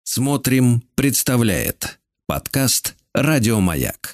Смотрим, представляет подкаст «Радио Маяк».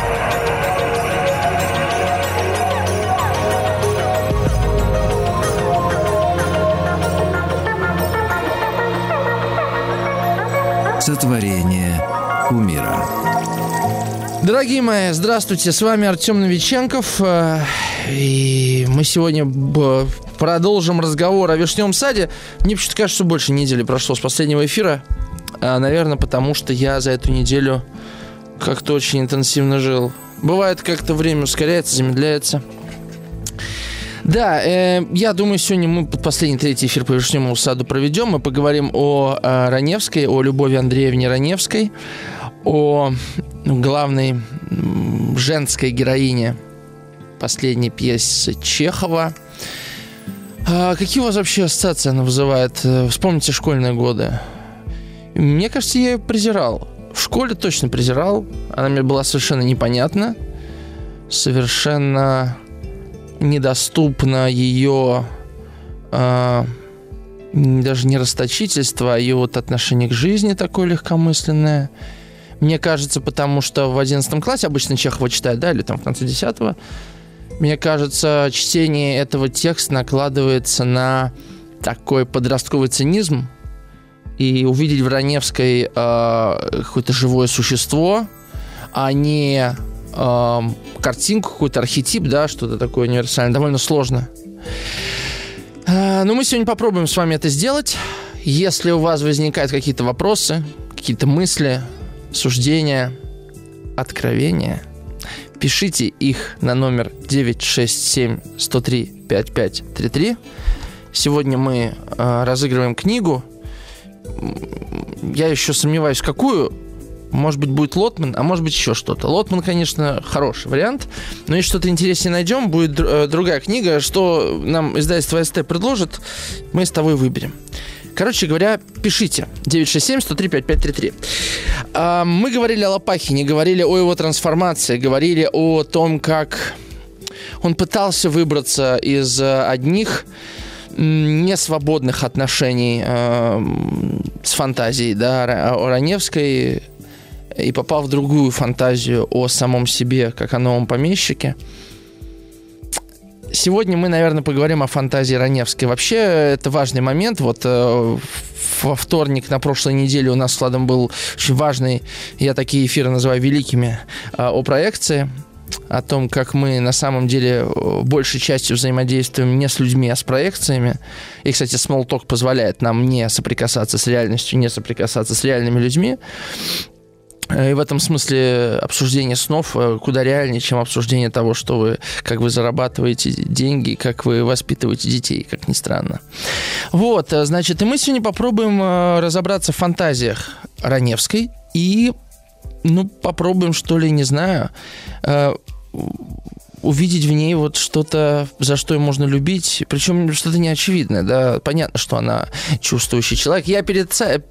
Сотворение кумира. Дорогие мои, здравствуйте, с вами Артем Новиченков, и мы сегодня продолжим разговор о вишневом саде. Мне почему-то кажется, что больше недели прошло с последнего эфира, наверное, потому что я за эту неделю как-то очень интенсивно жил. Бывает, как-то время ускоряется, замедляется. Да, я думаю, сегодня мы последний третий эфир по вишневому саду проведем. Мы поговорим о Раневской, о Любови Андреевне Раневской, о главной женской героине последней пьесы Чехова. Какие у вас вообще ассоциации она вызывает? Вспомните школьные годы. Мне кажется, я ее презирал. В школе точно презирал. Она мне была совершенно непонятна. Совершенно недоступно ее даже не расточительство, а ее вот отношение к жизни такое легкомысленное. Мне кажется, потому что в 11 классе обычно Чехова читают, да, или там в конце 10-го. Мне кажется, чтение этого текста накладывается на такой подростковый цинизм, и увидеть в Раневской какое-то живое существо, а не картинку, какой-то архетип, да, что-то такое универсальное, довольно сложно. Но мы сегодня попробуем с вами это сделать. Если у вас возникают какие-то вопросы, какие-то мысли, суждения, откровения, пишите их на номер 967-103-5533. Сегодня мы разыгрываем книгу. Я еще сомневаюсь, какую. Может быть, будет Лотман, а может быть, еще что-то. Лотман, конечно, хороший вариант. Но если что-то интереснее найдем, будет другая книга. Что нам издательство СТ предложит, мы с того и выберем. Короче говоря, пишите. 967-103-5533. Мы говорили о Лопахине, говорили о его трансформации, говорили о том, как он пытался выбраться из одних несвободных отношений с фантазией, да, о Раневской, и попал в другую фантазию о самом себе, как о новом помещике. Сегодня мы, наверное, поговорим о фантазии Раневской. Вообще, это важный момент. Вот во вторник на прошлой неделе у нас с Владом был очень важный, я такие эфиры называю великими, о проекции, о том, как мы на самом деле большей частью взаимодействуем не с людьми, а с проекциями. И, кстати, Small Talk позволяет нам не соприкасаться с реальностью, не соприкасаться с реальными людьми. И в этом смысле обсуждение снов куда реальнее, чем обсуждение того, что вы, как вы зарабатываете деньги, как вы воспитываете детей, как ни странно. Вот, значит, и мы сегодня попробуем разобраться в фантазиях Раневской и, попробуем, что ли, не знаю, увидеть в ней вот что-то, за что ее можно любить, причем что-то неочевидное, да, понятно, что она чувствующий человек. Я перед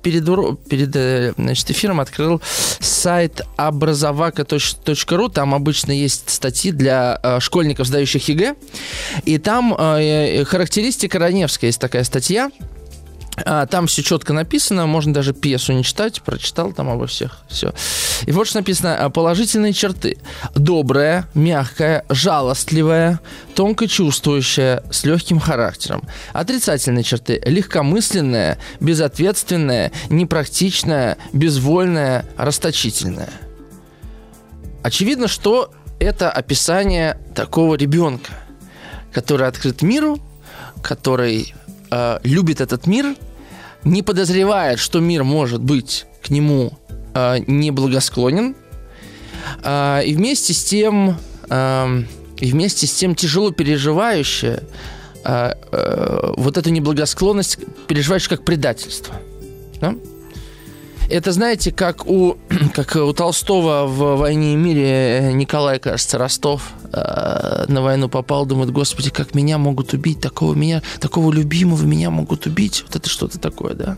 эфиром открыл сайт образовака.ру, там обычно есть статьи для школьников, сдающих ЕГЭ, и там характеристика Раневской, есть такая статья. Там все четко написано, можно даже пьесу не читать, прочитал там обо всех, все. И вот что написано: положительные черты: добрая, мягкая, жалостливая, тонко чувствующая, с легким характером. Отрицательные черты: легкомысленная, безответственная, непрактичная, безвольная, расточительная. Очевидно, что это описание такого ребенка, который открыт миру, который любит этот мир, не подозревает, что мир может быть к нему неблагосклонен, и вместе с тем тяжело переживающая вот эту неблагосклонность, переживаешь как предательство. Да? Это, знаете, как у Толстого в «Войне и мире» Николай, кажется, Ростов на войну попал, думает: Господи, как меня могут убить, такого любимого меня могут убить. Вот это что-то такое, да?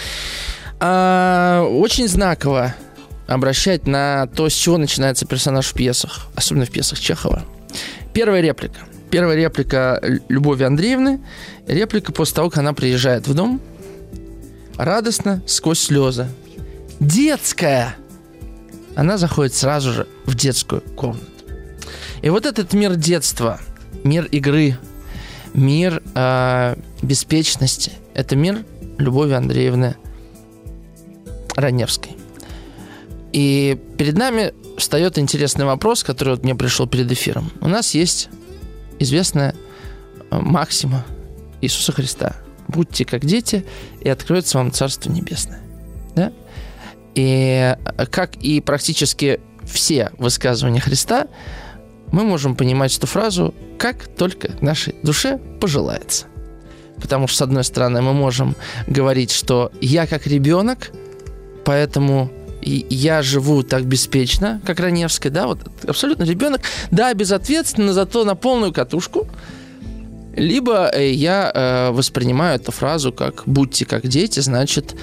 Очень знаково обращать на то, с чего начинается персонаж в пьесах, особенно в пьесах Чехова. Первая реплика Любови Андреевны, реплика после того, как она приезжает в дом, радостно, сквозь слезы. детская, она заходит сразу же в детскую комнату. И вот этот мир детства, мир игры, мир беспечности, это мир Любови Андреевны Раневской. И перед нами встает интересный вопрос, который вот мне пришел перед эфиром. У нас есть известная максима Иисуса Христа: будьте как дети, и откроется вам Царство Небесное. Да? И как и практически все высказывания Христа, мы можем понимать эту фразу как только нашей душе пожелается. Потому что, с одной стороны, мы можем говорить, что я как ребенок, поэтому я живу так беспечно, как Раневская, да, вот абсолютно ребенок, да, безответственно, зато на полную катушку. Либо я воспринимаю эту фразу как «будьте как дети», значит,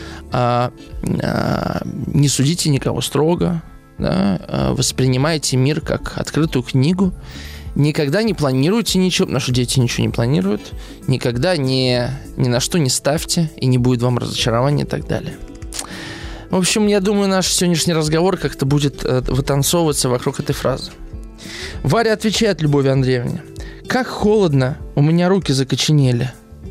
не судите никого строго, да, воспринимайте мир как открытую книгу, никогда не планируйте ничего, потому что дети ничего не планируют, никогда ни на что не ставьте, и не будет вам разочарования и так далее. В общем, я думаю, наш сегодняшний разговор как-то будет вытанцовываться вокруг этой фразы. Варя отвечает Любови Андреевне: «Как холодно, у меня руки закоченели».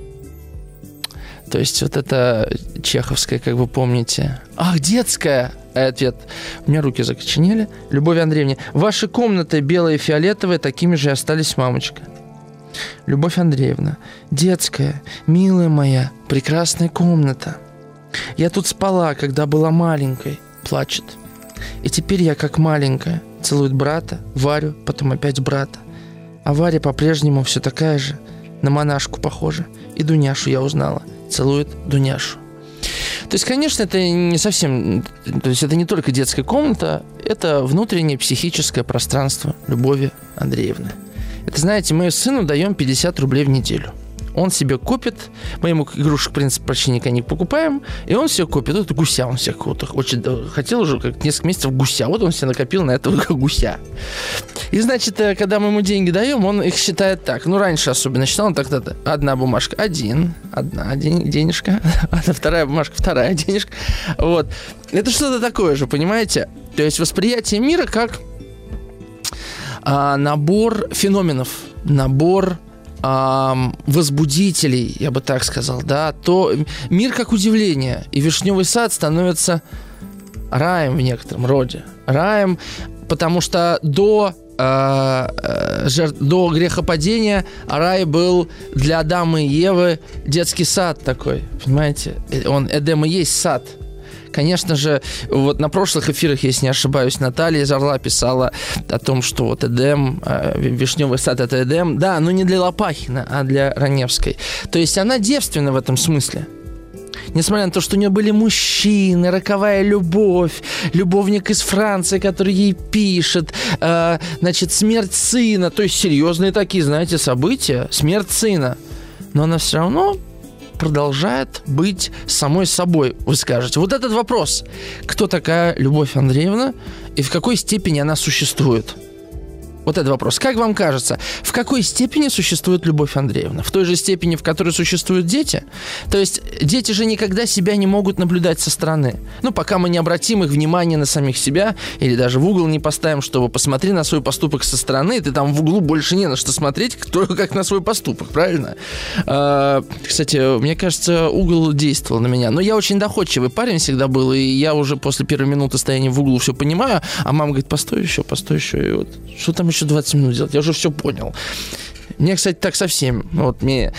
То есть вот это чеховская, как вы помните. «Ах, детская!» Ответ: «У меня руки закоченели». Любови Андреевне: «Ваши комнаты белые и фиолетовые, такими же и остались, мамочка». Любовь Андреевна: «Детская, милая моя, прекрасная комната. Я тут спала, когда была маленькой», плачет. «И теперь я как маленькая». Целует брата, Варю, потом опять брата. А Варя по-прежнему все такая же, на монашку похожа. И Дуняшу я узнала. Целует Дуняшу. То есть, конечно, это не совсем... То есть, это не только детская комната, это внутреннее психическое пространство Любови Андреевны. Это, знаете, мы сыну даем 50 рублей в неделю. Он себе купит, мы ему игрушек, в принципе, почти никогда не покупаем, и он себе купит, вот гуся он себе очень хотел уже как несколько месяцев гуся, вот он себе накопил на этого гуся. И, значит, когда мы ему деньги даем, он их считает так, ну, раньше особенно считал, он так-то одна бумажка, одна денежка, вторая бумажка, вторая денежка, вот. Это что-то такое же, понимаете? То есть восприятие мира как набор феноменов, набор возбудителей, я бы так сказал, да, то мир как удивление, и вишневый сад становится раем в некотором роде. Раем, потому что до грехопадения рай был для Адама и Евы детский сад такой, понимаете? Эдем и есть сад. Конечно же, вот на прошлых эфирах, если не ошибаюсь, Наталья из Орла писала о том, что вот Эдем, вишневый сад — это Эдем. Да, но не для Лопахина, а для Раневской. То есть она девственна в этом смысле. Несмотря на то, что у нее были мужчины, роковая любовь, любовник из Франции, который ей пишет, значит, смерть сына. То есть серьезные такие, знаете, события. Смерть сына. Но она все равно продолжает быть самой собой, вы скажете. Вот этот вопрос. Кто такая Любовь Андреевна и в какой степени она существует? Вот этот вопрос. Как вам кажется, в какой степени существует Любовь Андреевна? В той же степени, в которой существуют дети? То есть дети же никогда себя не могут наблюдать со стороны. Ну, пока мы не обратим их внимание на самих себя, или даже в угол не поставим, чтобы посмотри на свой поступок со стороны, ты там в углу больше не на что смотреть, только как на свой поступок, правильно? Кстати, мне кажется, угол действовал на меня. Но я очень доходчивый парень всегда был, и я уже после первой минуты стояния в углу все понимаю, а мама говорит: постой еще, и вот, что там еще 20 минут делать? Я уже все понял. Мне, кстати, так совсем. Вот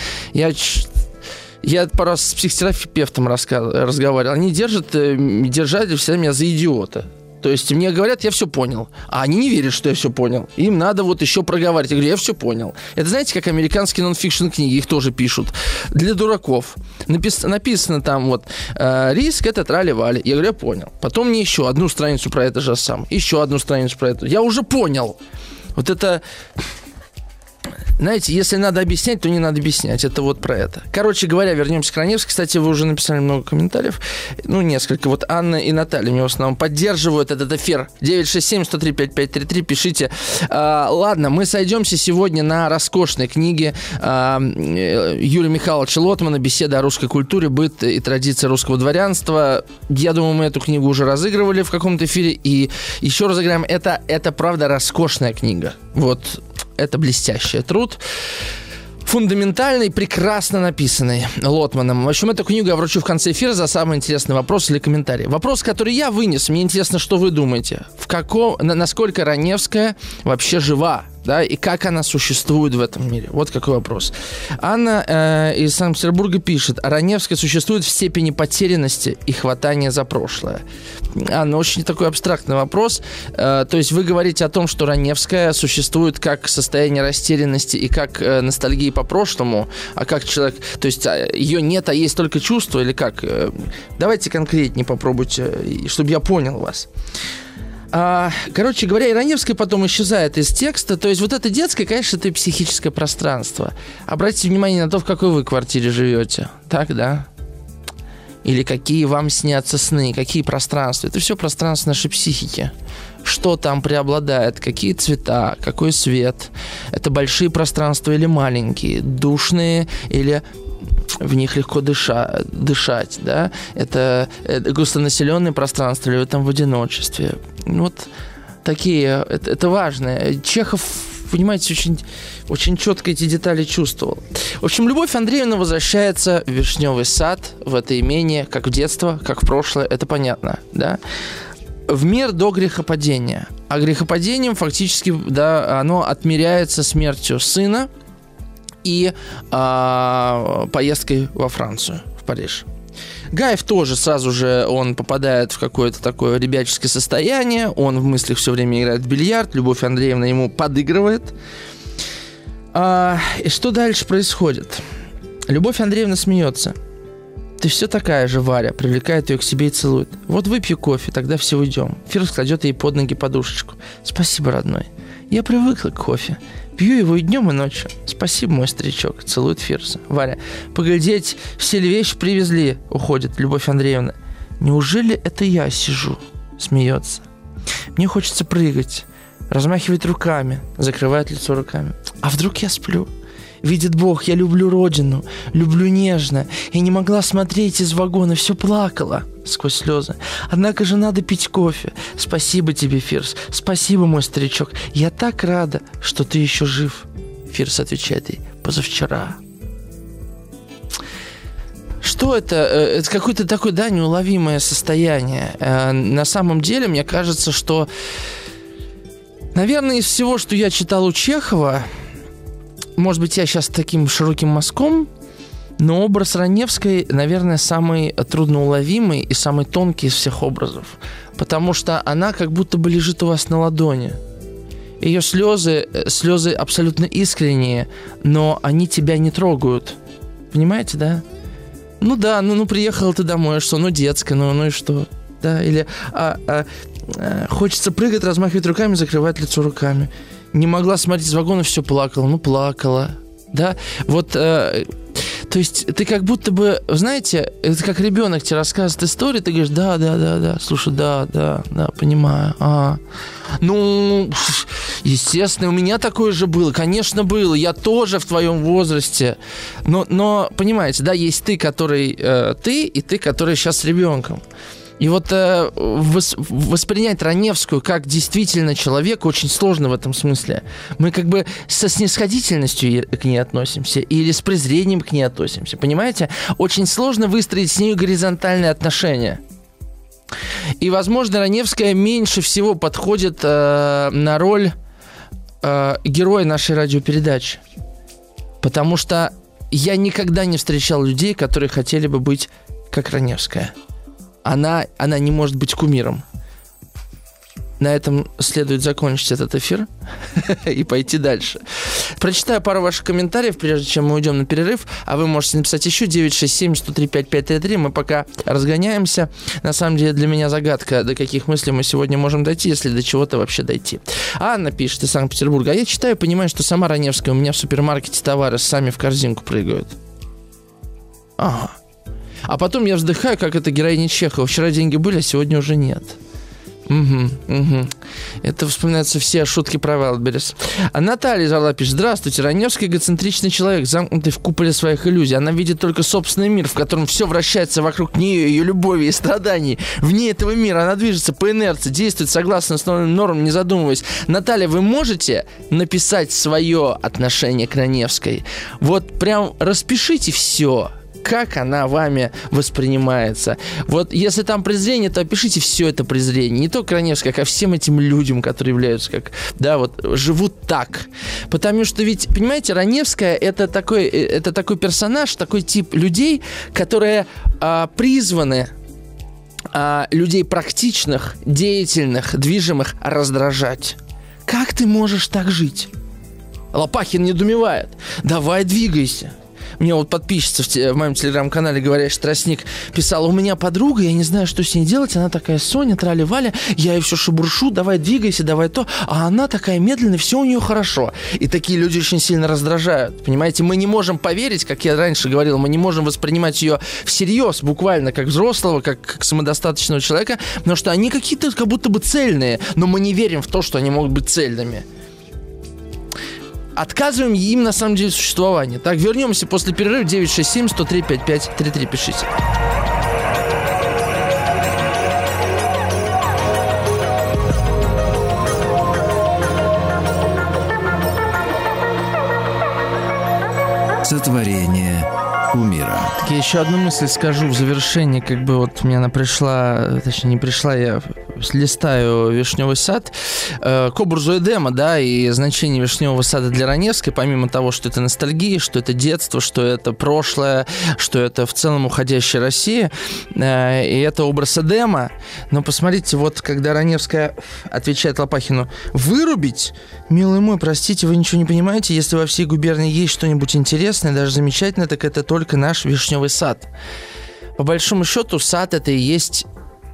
я пару раз с психотерапевтом разговаривал. Они держали всегда меня за идиота. То есть мне говорят: я все понял. А они не верят, что я все понял. Им надо вот еще проговаривать. Я говорю: я все понял. Это, знаете, как американские нон-фикшн книги, их тоже пишут. Для дураков. Написано там вот: риск — это трали-вали. Я говорю: я понял. Потом мне еще одну страницу про это же сам. Еще одну страницу про это. Я уже понял. Вот это... Знаете, если надо объяснять, то не надо объяснять. Это вот про это. Короче говоря, вернемся к Раневской. Кстати, вы уже написали много комментариев. Несколько. Вот Анна и Наталья меня в основном поддерживают этот эфир. 967-103-5533. Пишите. Ладно, мы сойдемся сегодня на роскошной книге Юрия Михайловича Лотмана «Беседа о русской культуре, быт и традиции русского дворянства». Я думаю, мы эту книгу уже разыгрывали в каком-то эфире. И еще разыграем. Это правда роскошная книга. Вот. Это блестящий труд. Фундаментальный, прекрасно написанный Лотманом. В общем, эту книгу я вручу в конце эфира за самый интересный вопрос или комментарий. Вопрос, который я вынес, мне интересно, что вы думаете. Насколько Раневская вообще жива? Да, и как она существует в этом мире? Вот какой вопрос. Анна из Санкт-Петербурга пишет: Раневская существует в степени потерянности и хватания за прошлое. Анна, очень такой абстрактный вопрос. То есть вы говорите о том, что Раневская существует как состояние растерянности и как ностальгии по прошлому, а как человек... То есть ее нет, а есть только чувство, или как? Давайте конкретнее попробуйте, чтобы я понял вас. Короче говоря, и Раневская потом исчезает из текста. То есть вот это детское, конечно, это и психическое пространство. Обратите внимание на то, в какой вы квартире живете. Так, да? Или какие вам снятся сны, какие пространства. Это все пространство нашей психики. Что там преобладает, какие цвета, какой свет. Это большие пространства или маленькие, душные или... в них легко дышать, да? Это густонаселенное пространство или там в одиночестве. Вот такие, это важно. Чехов, понимаете, очень, очень четко эти детали чувствовал. В общем, Любовь Андреевна возвращается в Вишневый сад, в это имение, как в детство, как в прошлое, это понятно, да? В мир до грехопадения. А грехопадением фактически, да, оно отмеряется смертью сына и поездкой во Францию, в Париж. Гаев тоже сразу же, он попадает в какое-то такое ребяческое состояние, он в мыслях все время играет в бильярд, Любовь Андреевна ему подыгрывает. И что дальше происходит? Любовь Андреевна смеется. Ты все такая же, Варя, привлекает ее к себе и целует. Вот выпью кофе, тогда все уйдем. Фирс кладет ей под ноги подушечку. Спасибо, родной. Я привыкла к кофе. Пью его и днем, и ночью. Спасибо, мой старичок. Целует Фирса. Варя. Поглядеть, все ли вещи привезли? Уходит Любовь Андреевна. Неужели это я сижу? Смеется. Мне хочется прыгать. Размахивает руками. Закрывает лицо руками. А вдруг я сплю? Видит Бог, я люблю родину, люблю нежно. Я не могла смотреть из вагона, все плакала сквозь слезы. Однако же надо пить кофе. Спасибо тебе, Фирс. Спасибо, мой старичок. Я так рада, что ты еще жив. Фирс отвечает ей: позавчера. Что это? Это какое-то такое, да, неуловимое состояние. На самом деле, мне кажется, что, наверное, из всего, что я читал у Чехова, может быть, я сейчас таким широким мазком, но образ Раневской, наверное, самый трудноуловимый и самый тонкий из всех образов. Потому что она как будто бы лежит у вас на ладони. Ее слезы абсолютно искренние, но они тебя не трогают. Понимаете, да? Ну да, ну приехала ты домой, что? Ну детская, ну и что? Да, или хочется прыгать, размахивать руками, закрывать лицо руками. Не могла смотреть из вагона, все плакала. Ну, плакала. Да? Вот, то есть, ты как будто бы, знаете, это как ребенок тебе рассказывает историю, ты говоришь: да, слушай, да, понимаю. Ну, естественно, у меня такое же было. Конечно, было. Я тоже в твоем возрасте. Но понимаете, да, есть ты, который ты, и ты, который сейчас с ребенком. И вот воспринять Раневскую как действительно человека очень сложно в этом смысле. Мы как бы со снисходительностью к ней относимся или с презрением к ней относимся. Понимаете? Очень сложно выстроить с ней горизонтальные отношения. И, возможно, Раневская меньше всего подходит на роль героя нашей радиопередачи. Потому что я никогда не встречал людей, которые хотели бы быть как Раневская. Она не может быть кумиром. На этом следует закончить этот эфир и пойти дальше. Прочитаю пару ваших комментариев, прежде чем мы уйдем на перерыв, а вы можете написать еще 967-103-5533. Мы пока разгоняемся. На самом деле для меня загадка, до каких мыслей мы сегодня можем дойти, если до чего-то вообще дойти. Анна пишет из Санкт-Петербурга. А я читаю и понимаю, что сама Раневская, у меня в супермаркете товары сами в корзинку прыгают. Ага. А потом я вздыхаю, как это героиня Чехова. Вчера деньги были, а сегодня уже нет. Угу. Это вспоминаются все шутки про Вайлдберрис. А Наталья из Орла пишет. Здравствуйте, Раневский эгоцентричный человек, замкнутый в куполе своих иллюзий. Она видит только собственный мир, в котором все вращается вокруг нее, ее любови и страданий. Вне этого мира она движется по инерции, действует согласно основным нормам, не задумываясь. Наталья, вы можете написать свое отношение к Раневской? Вот прям распишите все, как она вами воспринимается. Вот если там презрение, то опишите все это презрение. Не только Раневской, а ко всем этим людям, которые являются как, да, вот, живут так. Потому что ведь, понимаете, Раневская это такой персонаж, такой тип людей, которые призваны людей практичных, деятельных, движимых раздражать. Как ты можешь так жить? Лопахин недоумевает. Давай двигайся. Мне вот подписчица в моем телеграм-канале «Говорящий тростник» писала: у меня подруга, я не знаю, что с ней делать, она такая Соня, трали-валя, я ей все шебуршу, давай двигайся, давай то, а она такая медленная, все у нее хорошо. И такие люди очень сильно раздражают, понимаете, мы не можем поверить, как я раньше говорил, мы не можем воспринимать ее всерьез, буквально, как взрослого, как самодостаточного человека, потому что они какие-то как будто бы цельные, но мы не верим в то, что они могут быть цельными. Отказываем им, на самом деле, в существовании. Так, вернемся после перерыва. 967-103-5533. Пишите. Сотворение кумира. Так, я еще одну мысль скажу в завершении. Как бы вот мне она пришла, точнее не пришла, я листаю «Вишневый сад», к образу Эдема, да, и значение «Вишневого сада» для Раневской, помимо того, что это ностальгия, что это детство, что это прошлое, что это в целом уходящая Россия, и это образ Эдема. Но посмотрите, вот когда Раневская отвечает Лопахину: «Вырубить? Милый мой, простите, вы ничего не понимаете, если во всей губернии есть что-нибудь интересное, даже замечательное, так это только наш Вишневый сад». По большому счету, сад — это и есть,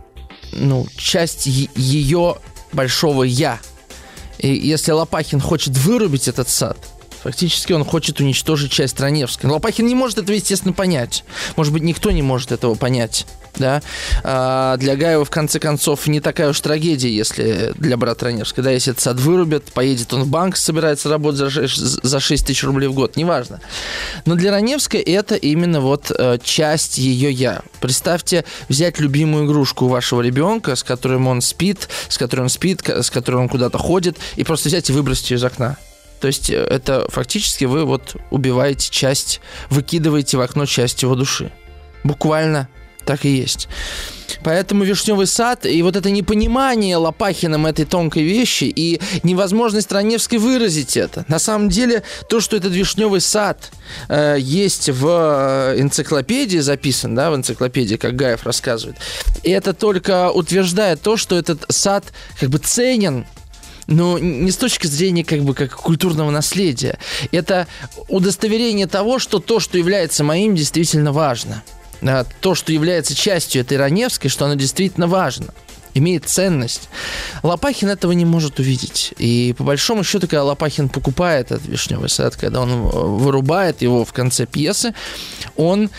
часть ее большого «я». И если Лопахин хочет вырубить этот сад, фактически он хочет уничтожить часть Раневской. Но Лопахин не может этого, естественно, понять. Может быть, никто не может этого понять. Да? Для Гаева, в конце концов, не такая уж трагедия, если для брата Раневской. Да, если этот сад вырубят, поедет он в банк, собирается работать за 6 тысяч рублей в год. Неважно. Но для Раневской это именно вот часть ее «я». Представьте, взять любимую игрушку у вашего ребенка, с которой он спит, с которой он куда-то ходит, и просто взять и выбросить ее из окна. То есть это фактически вы вот убиваете часть, выкидываете в окно часть его души. Буквально так и есть. Поэтому «Вишневый сад» и вот это непонимание Лопахиным этой тонкой вещи и невозможность Раневской выразить это. На самом деле, то, что этот «Вишневый сад» есть в энциклопедии записан, да, в энциклопедии, как Гаев рассказывает, и это только утверждает то, что этот сад как бы ценен, но не с точки зрения как культурного наследия. Это удостоверение того, что то, что является моим, действительно важно. То, что является частью этой Раневской, что оно действительно важно, имеет ценность. Лопахин этого не может увидеть. И по большому счету, когда Лопахин покупает этот «Вишневый сад», когда он вырубает его в конце пьесы, он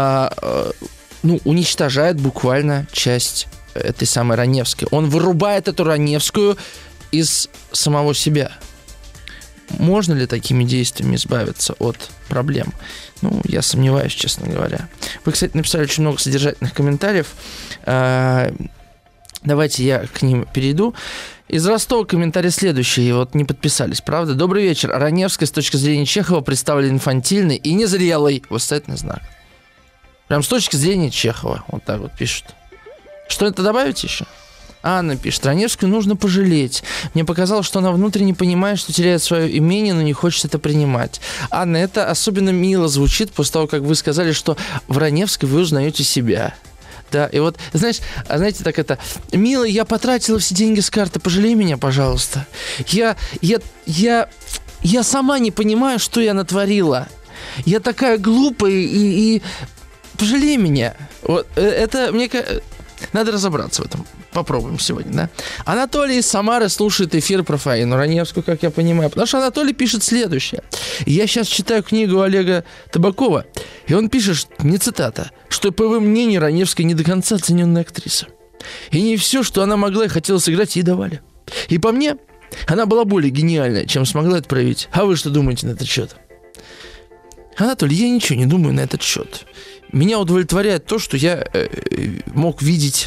уничтожает буквально часть этой самой Раневской. Он вырубает эту Раневскую из самого себя. Можно ли такими действиями избавиться от проблем? Я сомневаюсь, честно говоря. Вы, кстати, написали очень много содержательных комментариев. Давайте я к ним перейду. Из Ростова комментарий следующий. Вот не подписались, правда? Добрый вечер. Раневская с точки зрения Чехова представлена инфантильной и незрелой. Восклицательный знак. Прям с точки зрения Чехова. Вот так вот пишут. Что это добавить еще? Анна пишет: Раневскую нужно пожалеть. Мне показалось, что она внутренне понимает, что теряет свое имение, но не хочет это принимать. Анна, это особенно мило звучит после того, как вы сказали, что в Раневской вы узнаете себя. Да, и вот, знаете, так это: милый, я потратила все деньги с карты, пожалей меня, пожалуйста. Я я сама не понимаю, что я натворила. Я такая глупая и пожалей меня. Вот это мне надо разобраться в этом. Попробуем сегодня, да? Анатолий из Самары слушает эфир про Фаину Раневскую, как я понимаю. Потому что Анатолий пишет следующее. Я сейчас читаю книгу Олега Табакова, и он пишет, не цитата, что, по его мнению, Раневская не до конца оцененная актриса. И не все, что она могла и хотела сыграть, ей давали. И по мне, она была более гениальная, чем смогла это проявить. А вы что думаете на этот счет? Анатолий, я ничего не думаю на этот счет. Меня удовлетворяет то, что я мог видеть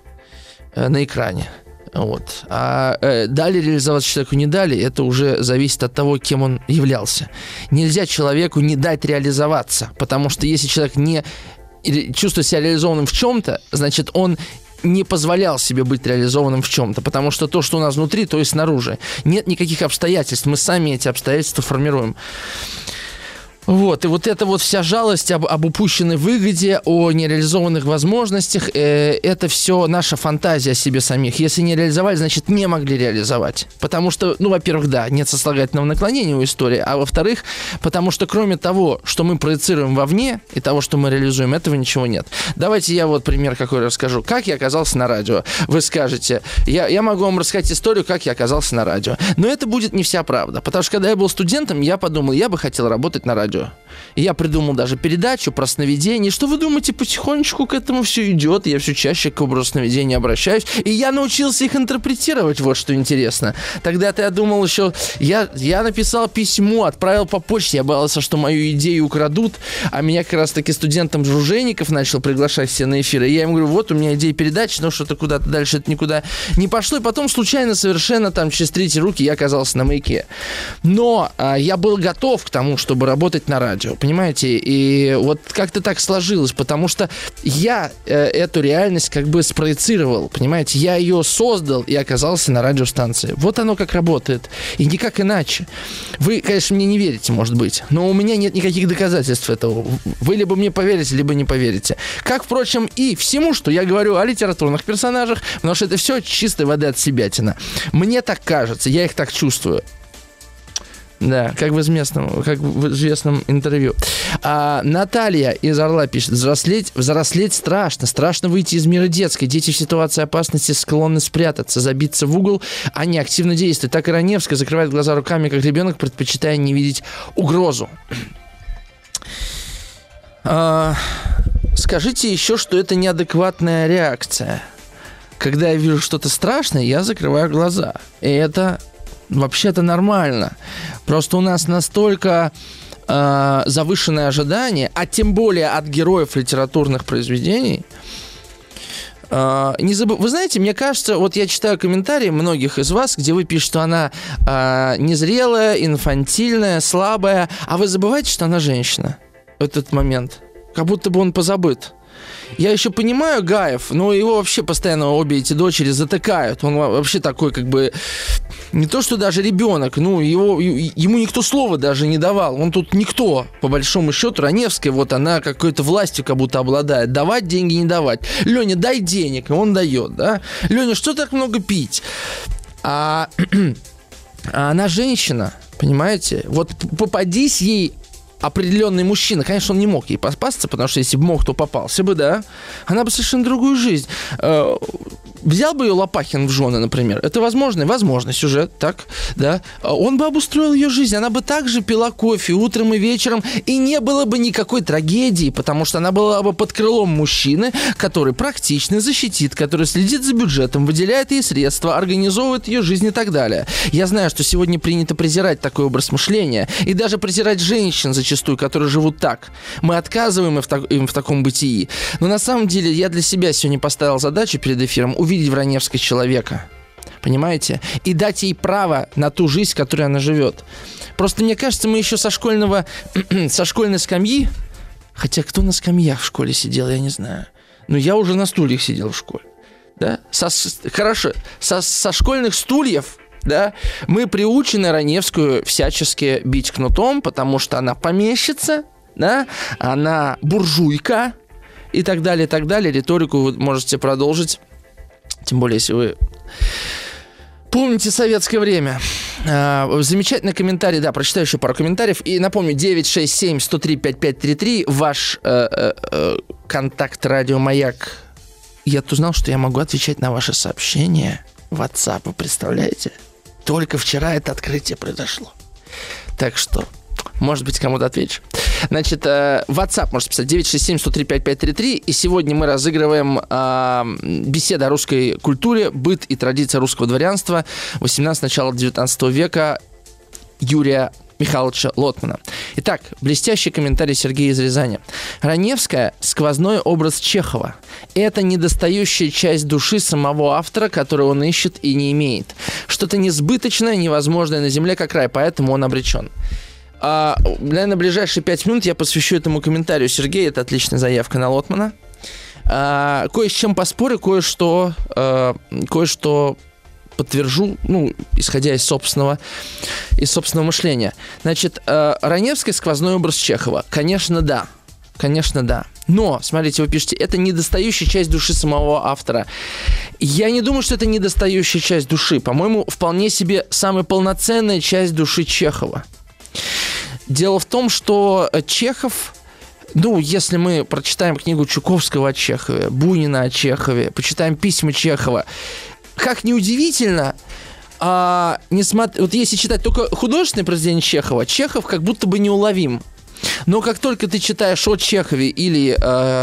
на экране. Вот. А дали реализоваться человеку, не дали, это уже зависит от того, кем он являлся. Нельзя человеку не дать реализоваться, потому что если человек не чувствует себя реализованным в чем-то, значит, он не позволял себе быть реализованным в чем-то, потому что то, что у нас внутри, то и снаружи. Нет никаких обстоятельств, мы сами эти обстоятельства формируем. Вот, и вот эта вот вся жалость об упущенной выгоде, о нереализованных возможностях, это все наша фантазия о себе самих. Если не реализовали, значит, не могли реализовать. Потому что, ну, во-первых, да, нет сослагательного наклонения у истории, а во-вторых, потому что кроме того, что мы проецируем вовне, и того, что мы реализуем, этого ничего нет. Давайте я вот пример какой расскажу. Как я оказался на радио? Вы скажете, я могу вам рассказать историю, как я оказался на радио. Но это будет не вся правда, потому что когда я был студентом, я подумал, я бы хотел работать на радио. И я придумал даже передачу про сновидение. Что вы думаете, потихонечку к этому все идет. Я все чаще к образу сновидения обращаюсь. И я научился их интерпретировать, вот что интересно. Тогда-то я думал еще... Я написал письмо, отправил по почте. Я боялся, что мою идею украдут. А меня как раз-таки студентом Жужеников начал приглашать все на эфиры. И я ему говорю, вот у меня идея передачи, но что-то куда-то дальше это никуда не пошло. И потом случайно совершенно там через третьи руки я оказался на Маяке. Но я был готов к тому, чтобы работать на радио, понимаете? И вот как-то так сложилось, потому что я эту реальность как бы спроецировал, понимаете? Я ее создал и оказался на радиостанции. Вот оно как работает. И никак иначе. Вы, конечно, мне не верите, может быть, но у меня нет никаких доказательств этого. Вы либо мне поверите, либо не поверите. Как, впрочем, и всему, что я говорю о литературных персонажах, потому что это все чистой воды от себятина. Мне так кажется, я их так чувствую. Да, как в известном интервью. Наталья из Орла пишет: взрослеть страшно выйти из мира детской. Дети в ситуации опасности склонны спрятаться, забиться в угол, а не активно действовать. Так и Раневская закрывает глаза руками, как ребенок, предпочитая не видеть угрозу. Скажите еще, что это неадекватная реакция. Когда я вижу что-то страшное, я закрываю глаза. И это вообще-то нормально. Просто у нас настолько завышенные ожидания, а тем более от героев литературных произведений. Вы знаете, мне кажется, вот я читаю комментарии многих из вас, где вы пишете, что она незрелая, инфантильная, слабая, а вы забываете, что она женщина в этот момент. Как будто бы он позабыт. Я еще понимаю Гаев, но его вообще постоянно обе эти дочери затыкают. Он вообще такой, как бы, не то что даже ребенок, ну, ему никто слова даже не давал. Он тут никто, по большому счету. Раневская, вот она какой-то властью как будто обладает. Давать деньги, не давать. Леня, дай денег, и он дает, да? Леня, что так много пить? А она женщина, понимаете? Вот попадись ей определенный мужчина, конечно, он не мог ей попасться, потому что если бы мог, то попался бы, да, она бы совершенно другую жизнь. Взял бы ее Лопахин в жены, например, это возможно, сюжет, так, да, он бы обустроил ее жизнь, она бы также пила кофе утром и вечером, и не было бы никакой трагедии, потому что она была бы под крылом мужчины, который практичный, защитит, который следит за бюджетом, выделяет ей средства, организовывает ее жизнь и так далее. Я знаю, что сегодня принято презирать такой образ мышления, и даже презирать женщин зачастую, которые живут так. Мы отказываем им в таком бытии. Но на самом деле я для себя сегодня поставил задачу перед эфиром увидеть в Раневской человека. Понимаете? И дать ей право на ту жизнь, в которой она живет. Просто мне кажется, мы еще со школьной скамьи, хотя кто на скамьях в школе сидел, я не знаю. Но я уже на стульях сидел в школе. Да? Со школьных стульев, да, мы приучены Раневскую всячески бить кнутом, потому что она помещица, да, она буржуйка и так далее, и так далее. Риторику вы можете продолжить, тем более, если вы помните советское время. Замечательный комментарий, да, прочитаю еще пару комментариев. И напомню, 967-103-5533, ваш контакт «Радио Маяк». Я-то узнал, что я могу отвечать на ваши сообщения в WhatsApp, вы представляете? Только вчера это открытие произошло. Так что, может быть, кому-то отвечу. Значит, WhatsApp можете писать 967-103-5533. И сегодня мы разыгрываем беседа о русской культуре, быт и традиция русского дворянства 18 начала 19 века Юрия Михайловича Лотмана. Итак, блестящий комментарий Сергея из Рязани. Раневская – сквозной образ Чехова. Это недостающая часть души самого автора, которую он ищет и не имеет. Что-то несбыточное, невозможное на земле, как рай, поэтому он обречен. Наверное, ближайшие 5 минут я посвящу этому комментарию Сергея. Это отличная заявка на Лотмана. Кое с чем поспорю, кое-что подтвержу, исходя из собственного мышления. Значит, Раневский сквозной образ Чехова. Конечно, да. Но, смотрите, вы пишете, это недостающая часть души самого автора. Я не думаю, что это недостающая часть души. По-моему, вполне себе самая полноценная часть души Чехова. Дело в том, что Чехов... если мы прочитаем книгу Чуковского о Чехове, Бунина о Чехове, почитаем письма Чехова, как ни удивительно, вот если читать только художественное произведение Чехова, Чехов как будто бы неуловим. Но как только ты читаешь о Чехове или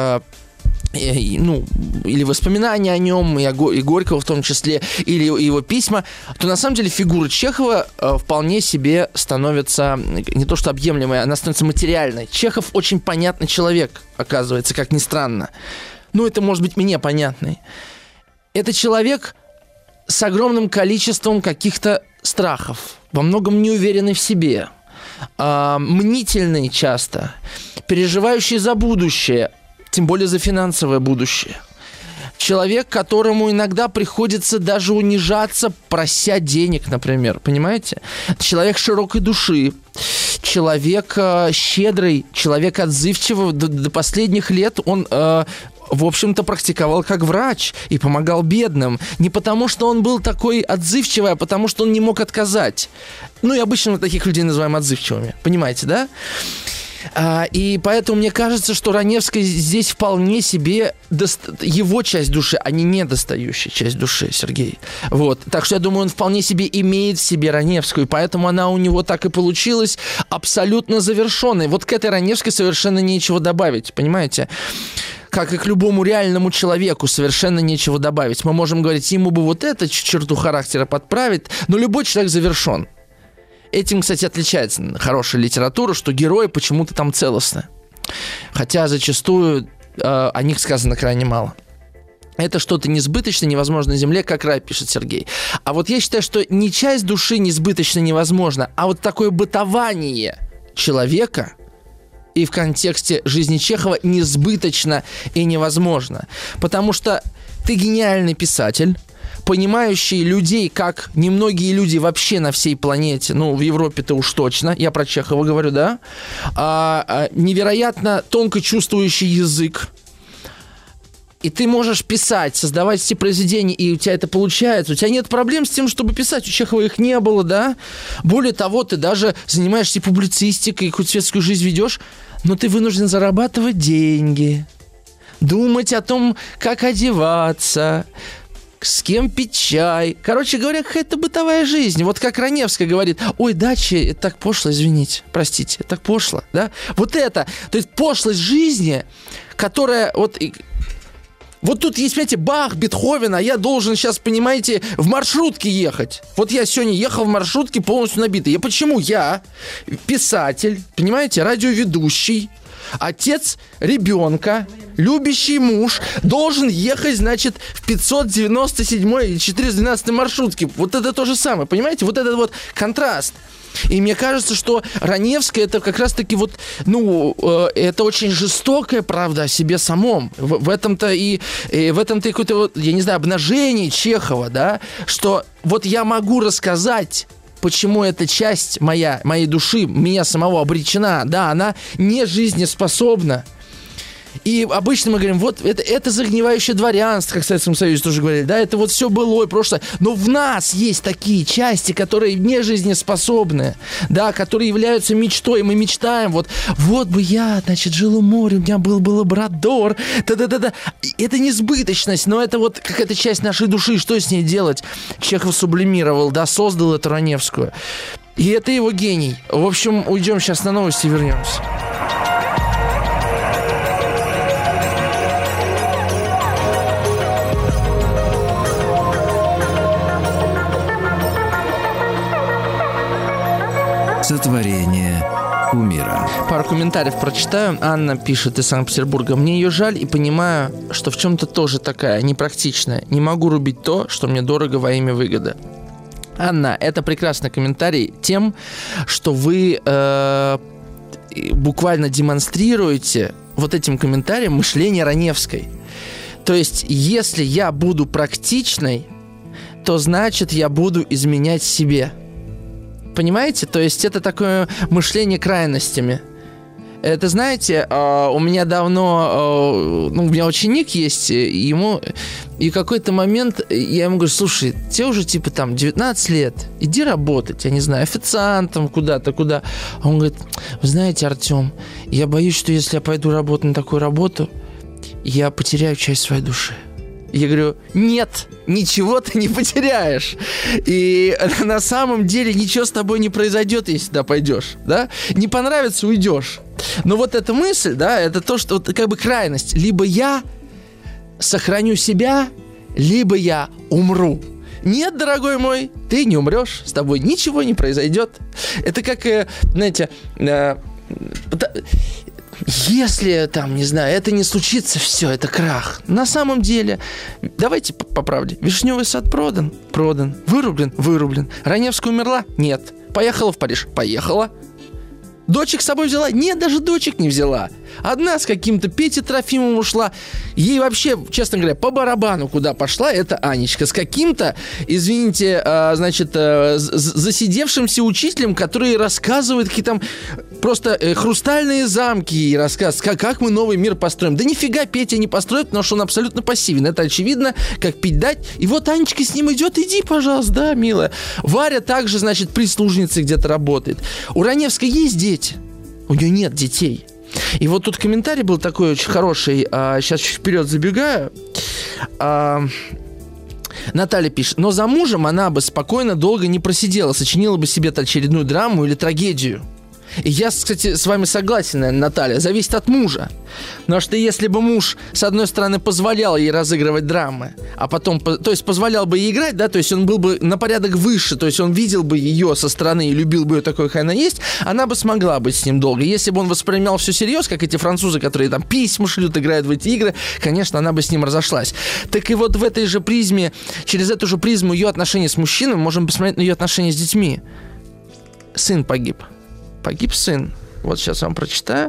воспоминания о нем, и Горького в том числе, или его письма, то на самом деле фигура Чехова вполне себе становится не то что объемлемой, она становится материальной. Чехов очень понятный человек, оказывается, как ни странно. Это может быть мне понятный. Это человек с огромным количеством каких-то страхов, во многом неуверенный в себе, мнительный часто, переживающий за будущее, тем более за финансовое будущее. Человек, которому иногда приходится даже унижаться, прося денег, например, понимаете? Человек широкой души, человек щедрый, человек отзывчивый. До последних лет он... в общем-то, практиковал как врач и помогал бедным. Не потому, что он был такой отзывчивый, а потому, что он не мог отказать. И обычно мы таких людей называем отзывчивыми. Понимаете, да? И поэтому мне кажется, что Раневский здесь вполне себе его часть души, а не недостающая часть души, Сергей. Вот. Так что я думаю, он вполне себе имеет в себе Раневскую, и поэтому она у него так и получилась абсолютно завершенной. Вот к этой Раневской совершенно нечего добавить, понимаете? Как и к любому реальному человеку совершенно нечего добавить. Мы можем говорить, ему бы вот эту черту характера подправить, но любой человек завершен. Этим, кстати, отличается хорошая литература, что герои почему-то там целостны. Хотя зачастую о них сказано крайне мало. Это что-то несбыточное, невозможно на земле, как рай, пишет Сергей. А вот я считаю, что не часть души несбыточно невозможно, а вот такое бытование человека и в контексте жизни Чехова несбыточно и невозможно. Потому что ты гениальный писатель, понимающий людей, как немногие люди вообще на всей планете, в Европе-то уж точно, я про Чехова говорю, да, невероятно тонко чувствующий язык. И ты можешь писать, создавать эти произведения, и у тебя это получается. У тебя нет проблем с тем, чтобы писать. У Чехова их не было, да. Более того, ты даже занимаешься публицистикой, какую-то светскую жизнь ведешь, но ты вынужден зарабатывать деньги, думать о том, как одеваться, с кем пить чай. Короче говоря, какая-то бытовая жизнь. Вот как Раневская говорит, ой, дача, это так пошло, извините, простите, это так пошло, да? Вот это, то есть пошлость жизни, которая вот тут есть, понимаете, Бах, Бетховен, а я должен сейчас, понимаете, в маршрутке ехать. Вот я сегодня ехал в маршрутке полностью набитый. Почему я, писатель, понимаете, радиоведущий, отец ребенка, любящий муж, должен ехать, значит, в 597 или 412 маршрутке. Вот это то же самое, понимаете? Вот этот вот контраст. И мне кажется, что Раневская это как раз-таки это очень жестокая правда о себе самом. В этом-то и какое-то, я не знаю, обнажение Чехова, да, что вот я могу рассказать, почему эта часть моей души, меня самого обречена, да, она не жизнеспособна. И обычно мы говорим, вот это загнивающее дворянство, как в Советском Союзе тоже говорили, да, это вот все былое, прошлое. Но в нас есть такие части, которые не жизнеспособны, да, которые являются мечтой. И мы мечтаем, вот бы я, значит, жил у моря, у меня был бы лабрадор, да-да-да-да. Это несбыточность, но это вот какая-то часть нашей души. Что с ней делать? Чехов сублимировал, да, создал эту Раневскую. И это его гений. В общем, уйдем сейчас на новости и вернемся. Сотворение кумира. Пару комментариев прочитаю. Анна пишет из Санкт-Петербурга. Мне ее жаль и понимаю, что в чем-то тоже такая непрактичная. Не могу рубить то, что мне дорого во имя выгоды. Анна, это прекрасный комментарий тем, что вы буквально демонстрируете вот этим комментарием мышление Раневской. То есть, если я буду практичной, то значит я буду изменять себе. Понимаете? То есть это такое мышление крайностями. Это, знаете, у меня давно... у меня ученик есть, и в какой-то момент я ему говорю, слушай, тебе уже типа там 19 лет, иди работать, я не знаю, официантом куда-то, куда. А он говорит, вы знаете, Артем, я боюсь, что если я пойду работать на такую работу, я потеряю часть своей души. Я говорю, нет, ничего ты не потеряешь. И на самом деле ничего с тобой не произойдет, если туда пойдешь, да? Не понравится, уйдешь. Но вот эта мысль, да, это то, что вот, как бы крайность. Либо я сохраню себя, либо я умру. Нет, дорогой мой, ты не умрешь, с тобой ничего не произойдет. Это как, знаете... Если, там, не знаю, это не случится, все, это крах. На самом деле, давайте по правде. Вишневый сад продан? Продан. Вырублен? Вырублен. Раневская умерла? Нет. Поехала в Париж? Поехала. Дочек с собой взяла? Нет, даже дочек не взяла. Одна с каким-то Петей Трофимовым ушла. Ей вообще, честно говоря, по барабану, куда пошла, это Анечка. С каким-то, извините, засидевшимся учителем, который рассказывает какие-то там просто хрустальные замки и рассказывает, как мы новый мир построим. Да нифига Петя не построит, потому что он абсолютно пассивен. Это очевидно, как пить дать. И вот Анечка с ним идет, иди, пожалуйста, да, милая. Варя также, значит, прислужницей где-то работает. У Раневской есть дети. У нее нет детей. И вот тут комментарий был такой очень хороший. Сейчас чуть вперед забегаю. Наталья пишет. Но за мужем она бы спокойно долго не просидела. Сочинила бы себе очередную драму или трагедию. И я, кстати, с вами согласен, наверное, Наталья. Зависит от мужа. Потому что если бы муж, с одной стороны, позволял ей разыгрывать драмы, а потом, то есть позволял бы ей играть, да, то есть он был бы на порядок выше, то есть он видел бы ее со стороны и любил бы ее такой, какая она есть, она бы смогла быть с ним долго. Если бы он воспринимал все серьезно, как эти французы, которые там письма шлют, играют в эти игры, конечно, она бы с ним разошлась. Так и вот в этой же призме, через эту же призму ее отношения с мужчиной, мы можем посмотреть на ее отношения с детьми. Сын погиб. Погиб сын. Вот сейчас вам прочитаю.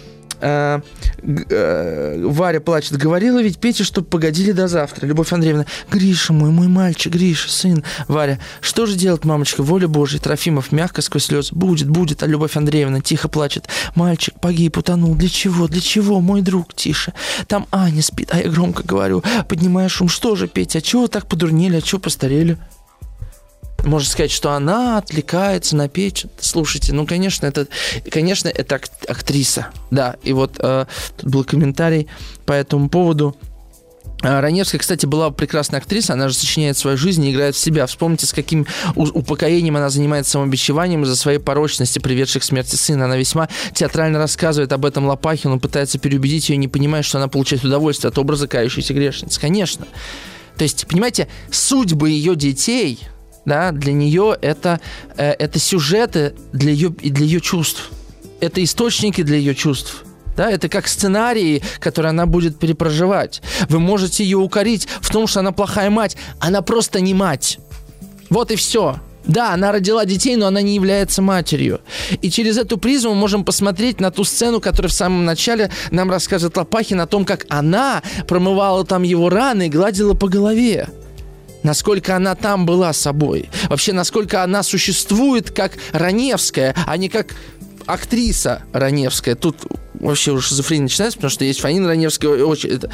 Варя плачет. Говорила ведь Пете, чтобы погодили до завтра. Любовь Андреевна. Гриша мой мальчик, Гриша, сын. Варя. Что же делать, мамочка? Воля Божья. Трофимов мягко сквозь слезы. Будет. А Любовь Андреевна тихо плачет. Мальчик погиб, утонул. Для чего, мой друг? Тише. Там Аня спит. А я громко говорю. Поднимая шум. Что же, Петя, а чего так подурнели? А чего постарели? Можно сказать, что она отвлекается на печь. Слушайте, ну, конечно, это актриса. Да, и вот тут был комментарий по этому поводу. Раневская, кстати, была прекрасная актриса, она же сочиняет свою жизнь и играет в себя. Вспомните, с каким упокоением она занимается самобичеванием из-за своей порочности, приведшей к смерти сына. Она весьма театрально рассказывает об этом Лопахину, пытается переубедить ее, не понимая, что она получает удовольствие от образа кающейся грешницы. Конечно. То есть, понимаете, судьбы ее детей... Да, для нее это сюжеты для ее чувств. Это источники для ее чувств. Да, это как сценарии, которые она будет перепроживать. Вы можете ее укорить в том, что она плохая мать. Она просто не мать. Вот и все. Да, она родила детей, но она не является матерью. И через эту призму мы можем посмотреть на ту сцену, которую в самом начале нам рассказывает Лопахин о том, как она промывала там его раны и гладила по голове. Насколько она там была собой. Вообще, насколько она существует как Раневская, а не как актриса Раневская. Тут вообще уже шизофрения начинается, потому что есть Фаина Раневская, очень... Это...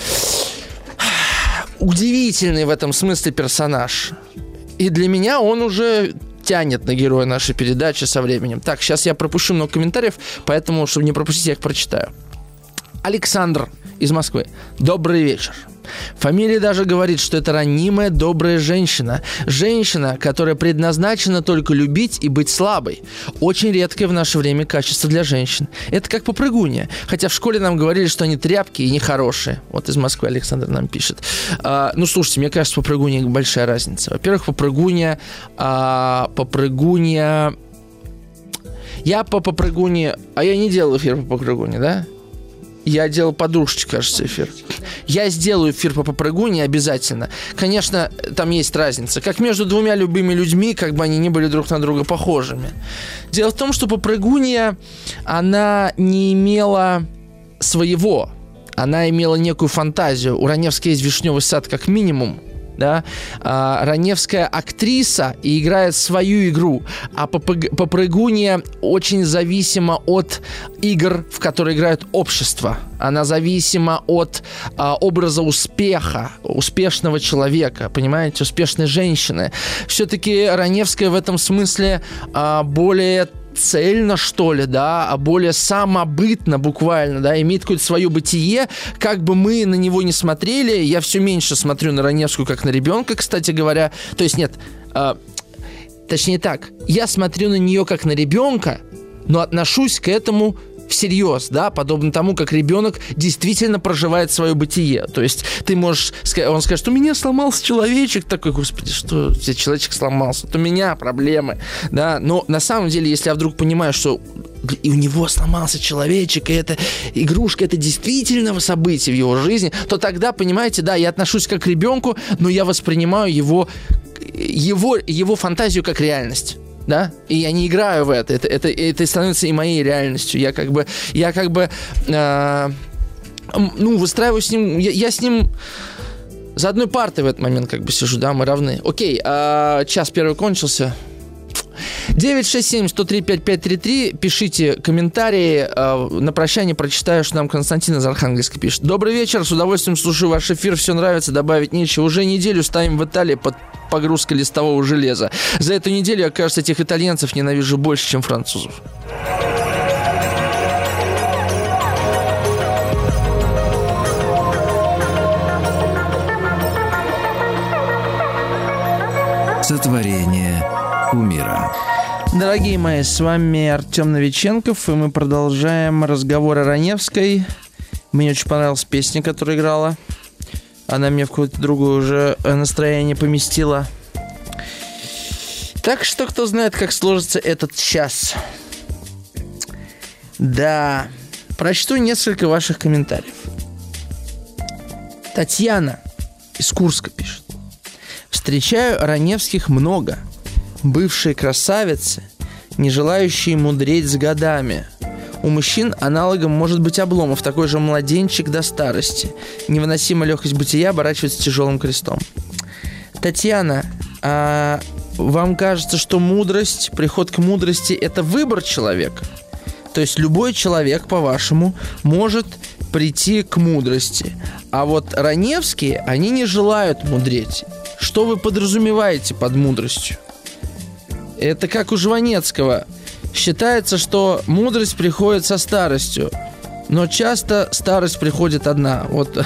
удивительный в этом смысле персонаж. И для меня он уже тянет на героя нашей передачи со временем. Так, сейчас я пропущу много комментариев, поэтому, чтобы не пропустить, я их прочитаю. Александр из Москвы. Добрый вечер. Фамилия даже говорит, что это ранимая, добрая женщина. Женщина, которая предназначена только любить и быть слабой. Очень редкое в наше время качество для женщин. Это как попрыгунья. Хотя в школе нам говорили, что они тряпки и нехорошие. Вот из Москвы Александр нам пишет. Ну, слушайте, мне кажется, попрыгунья большая разница. Во-первых, попрыгунья... Я по попрыгунье... А я не делал эфир по попрыгунье, да? Я делал подружечек, кажется, эфир. Я сделаю эфир по попрыгунье обязательно. Конечно, там есть разница. Как между двумя любыми людьми, как бы они ни были друг на друга похожими. Дело в том, что попрыгунья, она не имела своего. Она имела некую фантазию. У Раневской есть «Вишневый сад» как минимум. Да? Раневская актриса и играет свою игру, а попрыгунья очень зависима от игр, в которые играет общество. Она зависима от образа успеха, успешного человека, понимаете, успешной женщины. Все-таки Раневская в этом смысле более цельно, что ли, да, а более самобытно буквально, да, имеет какое-то свое бытие, как бы мы на него не смотрели. Я все меньше смотрю на Раневскую как на ребенка, кстати говоря. То есть нет, точнее так, я смотрю на нее как на ребенка, но отношусь к этому всерьез, да, подобно тому, как ребенок действительно проживает свое бытие. То есть ты можешь, он скажет, у меня сломался человечек, такой, господи, что человечек сломался, то у меня проблемы, да, но на самом деле, если я вдруг понимаю, что и у него сломался человечек, и эта игрушка, это действительно событие в его жизни, то тогда, понимаете, да, я отношусь как к ребенку, но я воспринимаю его фантазию как реальность. Да? И я не играю в это. Это становится и моей реальностью. Я как бы выстраиваю с ним... Я с ним за одной партой в этот момент как бы сижу, да, мы равны. Окей, час первый кончился. 967-103-5533. Пишите комментарии. На прощание прочитаю, что нам Константин из Архангельска пишет. Добрый вечер, с удовольствием слушаю ваш эфир. Все нравится, добавить нечего. Уже неделю стоим в Италии под погрузкой листового железа. За эту неделю, я, кажется, этих итальянцев ненавижу больше, чем французов. Сотворение кумира. Дорогие мои, с вами Артем Новиченков, и мы продолжаем разговор о Раневской. Мне очень понравилась песня, которая играла. Она мне в какое-то другое уже настроение поместила. Так что, кто знает, как сложится этот час. Да, прочту несколько ваших комментариев. Татьяна из Курска пишет. Встречаю Раневских много. Бывшие красавицы, не желающие мудреть с годами. У мужчин аналогом может быть Обломов, такой же младенчик до старости. Невыносимая легкость бытия оборачивается тяжелым крестом. Татьяна, а вам кажется, что мудрость, приход к мудрости – это выбор человека? То есть любой человек, по-вашему, может прийти к мудрости. А вот Раневские, они не желают мудреть. Что вы подразумеваете под мудростью? Это как у Жванецкого. Считается, что мудрость приходит со старостью, но часто старость приходит одна. Вот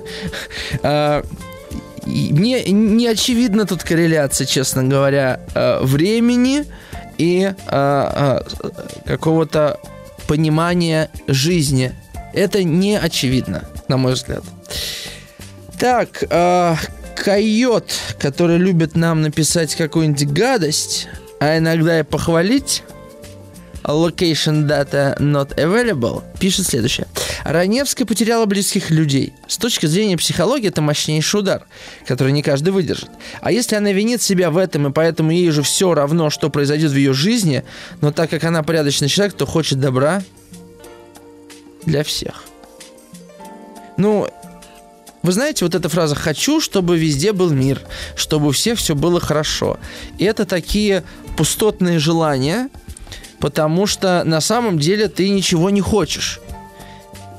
мне не очевидна тут корреляция, честно говоря, времени и какого-то понимания жизни. Это не очевидно, на мой взгляд. Так, койот, который любит нам написать какую-нибудь гадость, а иногда и похвалить, location data not available, пишет следующее. Раневская потеряла близких людей. С точки зрения психологии это мощнейший удар, который не каждый выдержит. А если она винит себя в этом, и поэтому ей же все равно, что произойдет в ее жизни, но так как она порядочный человек, то хочет добра для всех. Ну, вы знаете, вот эта фраза «хочу, чтобы везде был мир, чтобы у всех все было хорошо». И это такие пустотные желания, потому что на самом деле ты ничего не хочешь.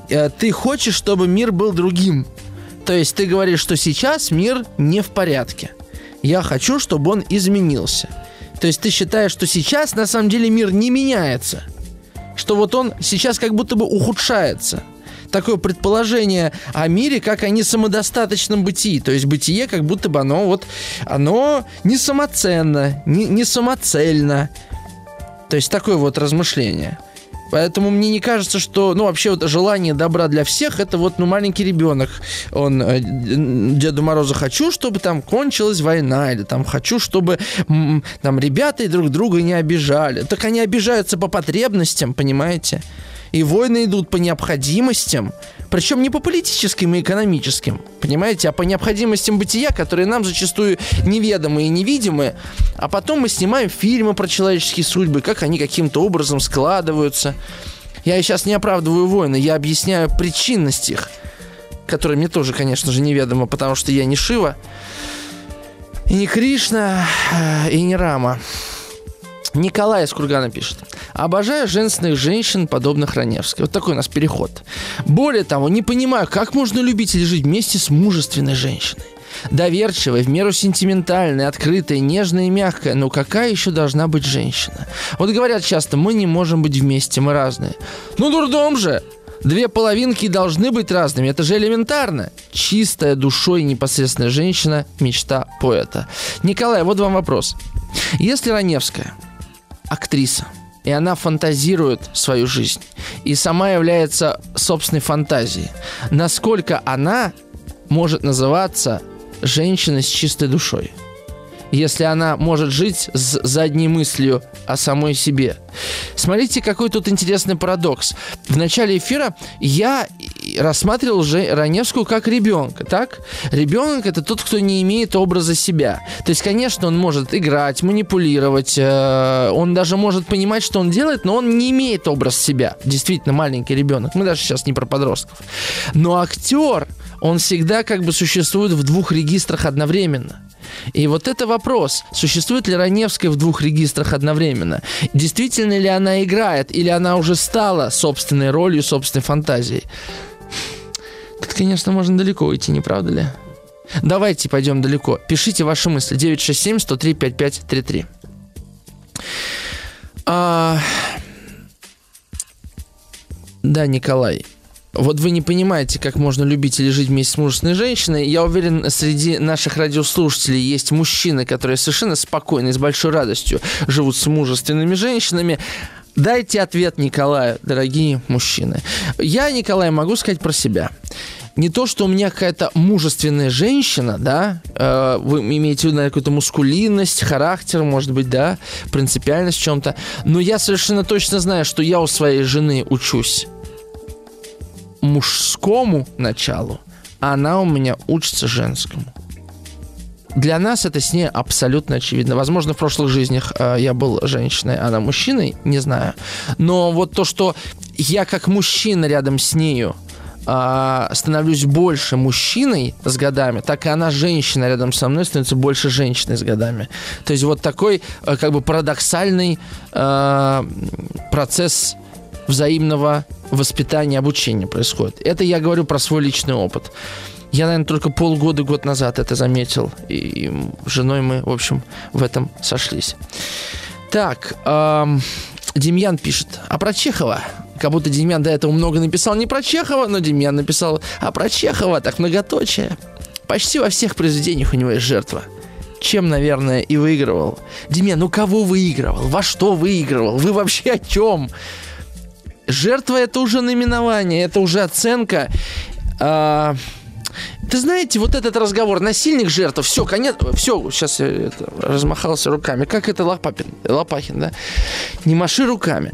ты хочешь, чтобы мир был другим. То есть ты говоришь, что сейчас мир не в порядке. Я хочу, чтобы он изменился. То есть ты считаешь, что сейчас на самом деле мир не меняется. Что вот он сейчас как будто бы ухудшается. Такое предположение о мире, как о несамодостаточном бытии. То есть бытие как будто бы оно не самоценно, не самоцельно. То есть такое вот размышление. Поэтому мне не кажется, что, вообще вот желание добра для всех, это вот, маленький ребенок, он Деду Морозу хочу, чтобы там кончилась война, или там хочу, чтобы там ребята друг друга не обижали. Так они обижаются по потребностям, понимаете? И войны идут по необходимостям, причем не по политическим и экономическим, понимаете, а по необходимостям бытия, которые нам зачастую неведомы и невидимы, а потом мы снимаем фильмы про человеческие судьбы, как они каким-то образом складываются. Я сейчас не оправдываю войны, я объясняю причинность их, которые мне тоже, конечно же, неведомы, потому что я не Шива, и не Кришна, и не Рама. Николай из Кургана пишет. Обожаю женственных женщин, подобных Раневской. Вот такой у нас переход. Более того, не понимаю, как можно любить или жить вместе с мужественной женщиной. Доверчивая, в меру сентиментальная, открытая, нежная и мягкая. Но какая еще должна быть женщина? Вот говорят часто, мы не можем быть вместе, мы разные. Дурдом же! Две половинки должны быть разными, это же элементарно. Чистая душой непосредственная женщина – мечта поэта. Николай, вот вам вопрос. Если Раневская актриса, и она фантазирует свою жизнь, и сама является собственной фантазией, насколько она может называться женщиной с чистой душой? Если она может жить с задней мыслью о самой себе. Смотрите, какой тут интересный парадокс. В начале эфира я рассматривал Раневскую как ребенка, так? Ребенок – это тот, кто не имеет образа себя. То есть, конечно, он может играть, манипулировать, он даже может понимать, что он делает, но он не имеет образ себя. Действительно, маленький ребенок. Мы даже сейчас не про подростков. Но актер, он всегда как бы существует в двух регистрах одновременно. И вот это вопрос, существует ли Раневская в двух регистрах одновременно? Действительно ли она играет, или она уже стала собственной ролью, собственной фантазией? Тут, конечно, можно далеко уйти, не правда ли? Давайте пойдем далеко. Пишите ваши мысли. 967-103-5533. Да, Николай. Вот вы не понимаете, как можно любить или жить вместе с мужественной женщиной. Я уверен, среди наших радиослушателей есть мужчины, которые совершенно спокойно и с большой радостью живут с мужественными женщинами. Дайте ответ Николаю, дорогие мужчины. Я, Николай, могу сказать про себя. Не то, что у меня какая-то мужественная женщина, да, вы имеете в виду какую-то мускулинность, характер, может быть, да, принципиальность в чем-то, но я совершенно точно знаю, что я у своей жены учусь мужскому началу, а она у меня учится женскому. Для нас это с ней абсолютно очевидно. Возможно, в прошлых жизнях я был женщиной, а она мужчиной, не знаю. Но вот то, что я как мужчина рядом с нею становлюсь больше мужчиной с годами, так и она, женщина, рядом со мной становится больше женщиной с годами. То есть вот такой как бы парадоксальный процесс взаимного воспитания, обучения происходит. Это я говорю про свой личный опыт. Я, наверное, только год назад это заметил. И с женой мы, в общем, в этом сошлись. Так, Демьян пишет. А про Чехова? Как будто Демьян до этого много написал не про Чехова, но Демьян написал, а про Чехова, так многоточие. Почти во всех произведениях у него есть жертва. Чем, наверное, и выигрывал. Демьян, ну кого выигрывал? Во что выигрывал? Вы вообще о чем? Жертва – это уже наименование, это уже оценка. Ты знаете, вот этот разговор насильник, жертва, все, конец, все, сейчас я размахался руками. Как это Лопахин, да? Не маши руками.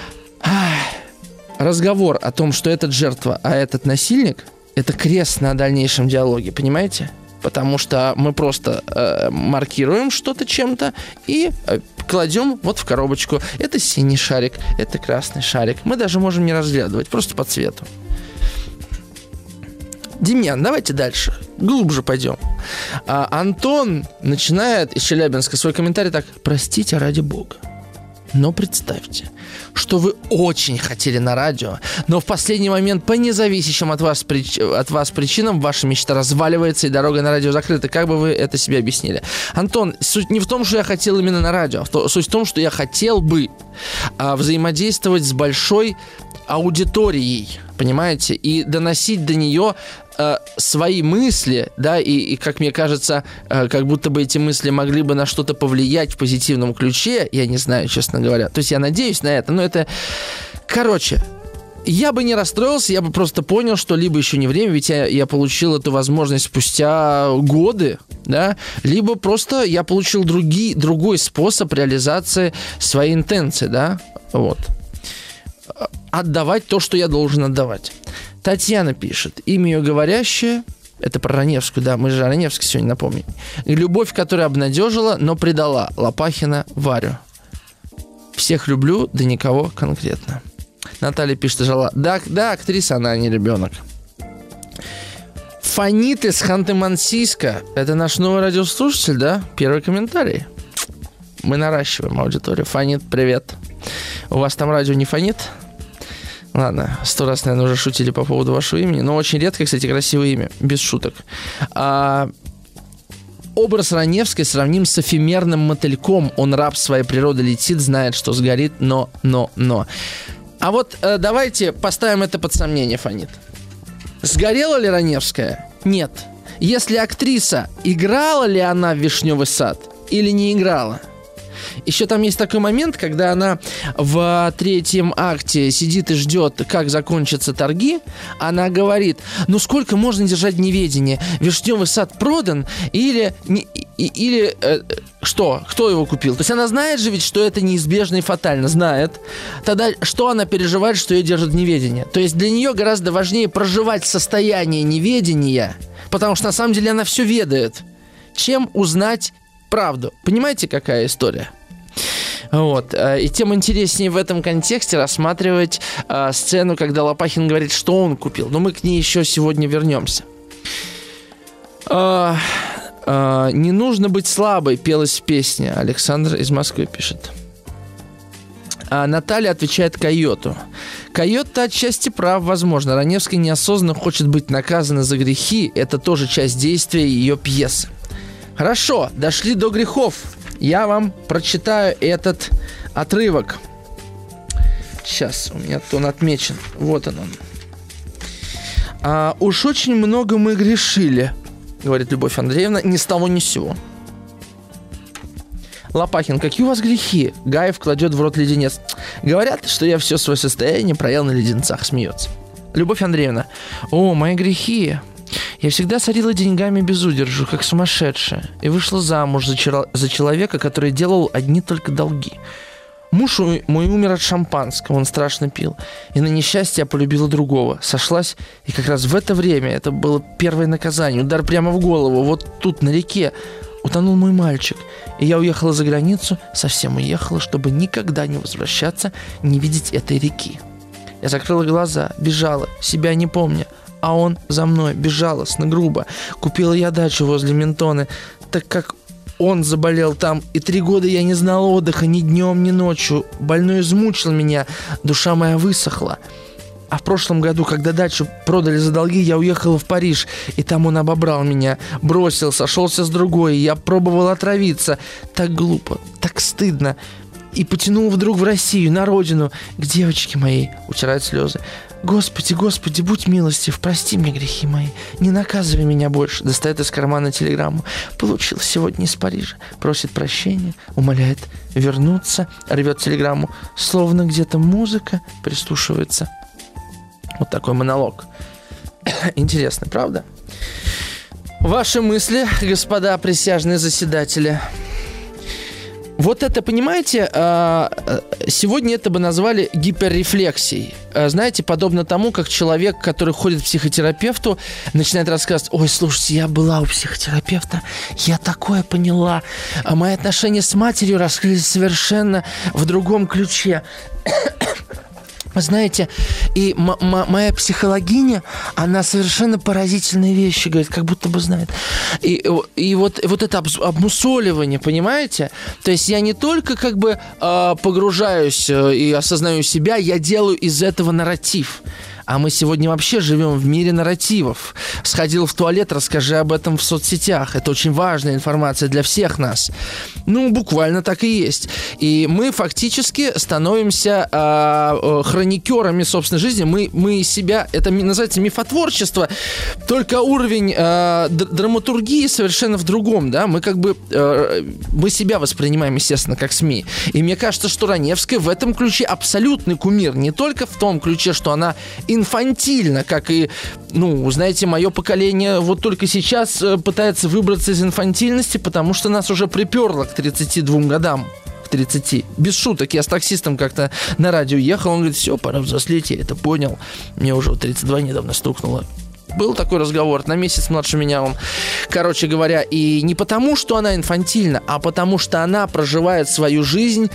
Разговор о том, что этот жертва, а этот насильник, это крест на дальнейшем диалоге, понимаете? Потому что мы просто маркируем что-то чем-то и кладем вот в коробочку. Это синий шарик, это красный шарик. Мы даже можем не разглядывать, просто по цвету. Демьян, давайте дальше, глубже пойдем. Антон начинает из Челябинска свой комментарий так: простите ради бога. Но представьте, что вы очень хотели на радио, но в последний момент по независящим от вас причинам ваша мечта разваливается и дорога на радио закрыта. Как бы вы это себе объяснили? Антон, суть не в том, что я хотел именно на радио. Суть в том, что я хотел бы взаимодействовать с большой аудиторией, понимаете, и доносить до нее свои мысли, да, и как мне кажется, как будто бы эти мысли могли бы на что-то повлиять в позитивном ключе, я не знаю, честно говоря. То есть я надеюсь на это, но это... Короче, я бы не расстроился, я бы просто понял, что либо еще не время, ведь я получил эту возможность спустя годы, да, либо просто я получил другой способ реализации своей интенции, да, вот. Отдавать то, что я должен отдавать. Татьяна пишет. Имя ее говорящее. Это про Раневскую, да, мы же о Раневской сегодня напомним. Любовь, которая обнадежила, но предала. Лопахина Варю. Всех люблю, да никого конкретно. Наталья пишет, жила. Да, актриса, она, а не ребенок. Фонит из Ханты-Мансийска. Это наш новый радиослушатель, да? Первый комментарий. Мы наращиваем аудиторию. Фонит, привет. У вас там радио не фонит? Ладно, 100 раз, наверное, уже шутили по поводу вашего имени. Но очень редко, кстати, красивое имя. Без шуток. Образ Раневской сравним с эфемерным мотыльком. Он раб своей природы, летит, знает, что сгорит, но. А вот давайте поставим это под сомнение, Фонит. Сгорела ли Раневская? Нет. Если актриса, играла ли она в «Вишневый сад» или не играла? Еще там есть такой момент, когда она в третьем акте сидит и ждет, как закончатся торги. Она говорит, ну сколько можно держать в неведении? «Вишневый сад» продан или что? Кто его купил? То есть она знает же ведь, что это неизбежно и фатально. Знает. Тогда что она переживает, что ее держат в неведении? То есть для нее гораздо важнее проживать состояние неведения, потому что на самом деле она все ведает, чем узнать правду. Понимаете, какая история? Вот. И тем интереснее в этом контексте рассматривать сцену, когда Лопахин говорит, что он купил. Но мы к ней еще сегодня вернемся. «Не нужно быть слабой», пелась в песне. Александр из Москвы пишет. Наталья отвечает Койоту. Койот-то отчасти прав, возможно. Раневская неосознанно хочет быть наказана за грехи. Это тоже часть действия ее пьесы. Хорошо, дошли до грехов. Я вам прочитаю этот отрывок. Сейчас, у меня он отмечен. Вот он. «Уж очень много мы грешили», говорит Любовь Андреевна, ни с того ни с сего. Лопахин, какие у вас грехи? Гаев кладет в рот леденец. Говорят, что я все свое состояние проел на леденцах, смеется. Любовь Андреевна, о, мои грехи. Я всегда сорила деньгами без удержу, как сумасшедшая, и вышла замуж за человека, который делал одни только долги. Муж мой умер от шампанского, он страшно пил. И на несчастье я полюбила другого. Сошлась, и как раз в это время, это было первое наказание, удар прямо в голову, вот тут, на реке, утонул мой мальчик. И я уехала за границу, совсем уехала, чтобы никогда не возвращаться, не видеть этой реки. Я закрыла глаза, бежала, себя не помня. А он за мной, безжалостно, грубо. Купила я дачу возле Ментоны, так как он заболел там, и 3 года я не знала отдыха ни днем, ни ночью. Больной измучил меня, душа моя высохла. А в прошлом году, когда дачу продали за долги, я уехала в Париж, и там он обобрал меня, бросил, сошелся с другой, и я пробовала отравиться. Так глупо, так стыдно. И потянул вдруг в Россию, на родину, к девочке моей, утирает слезы. Господи, Господи, будь милостив, прости мне грехи мои, не наказывай меня больше. Достает из кармана телеграмму. Получил сегодня из Парижа. Просит прощения, умоляет вернуться, рвет телеграмму. Словно где-то музыка прислушивается. Вот такой монолог. Интересно, правда? Ваши мысли, господа присяжные заседатели. Вот это, понимаете, сегодня это бы назвали гиперрефлексией. Знаете, подобно тому, как человек, который ходит к психотерапевту, начинает рассказывать: ой, слушайте, я была у психотерапевта, я такое поняла, а мои отношения с матерью раскрылись совершенно в другом ключе. Знаете, и моя психологиня, она совершенно поразительные вещи говорит, как будто бы знает. И вот это обмусоливание, понимаете? То есть я не только как бы погружаюсь и осознаю себя, я делаю из этого нарратив. А мы сегодня вообще живем в мире нарративов. Сходил в туалет, расскажи об этом в соцсетях. Это очень важная информация для всех нас. Ну, буквально так и есть. И мы фактически становимся хроникерами собственной жизни. Мы себя... Это называется мифотворчество. Только уровень драматургии совершенно в другом, да? Мы как бы... мы себя воспринимаем, естественно, как СМИ. И мне кажется, что Раневская в этом ключе абсолютный кумир. Не только в том ключе, что она инфантильно, как и, знаете, мое поколение вот только сейчас пытается выбраться из инфантильности, потому что нас уже приперло к 32 годам. К 30. Без шуток. Я с таксистом как-то на радио ехал, он говорит, все, пора взрослеть, я это понял. Мне уже 32 недавно стукнуло. Был такой разговор, на месяц младше меня он. Короче говоря, и не потому, что она инфантильна, а потому, что она проживает свою жизнь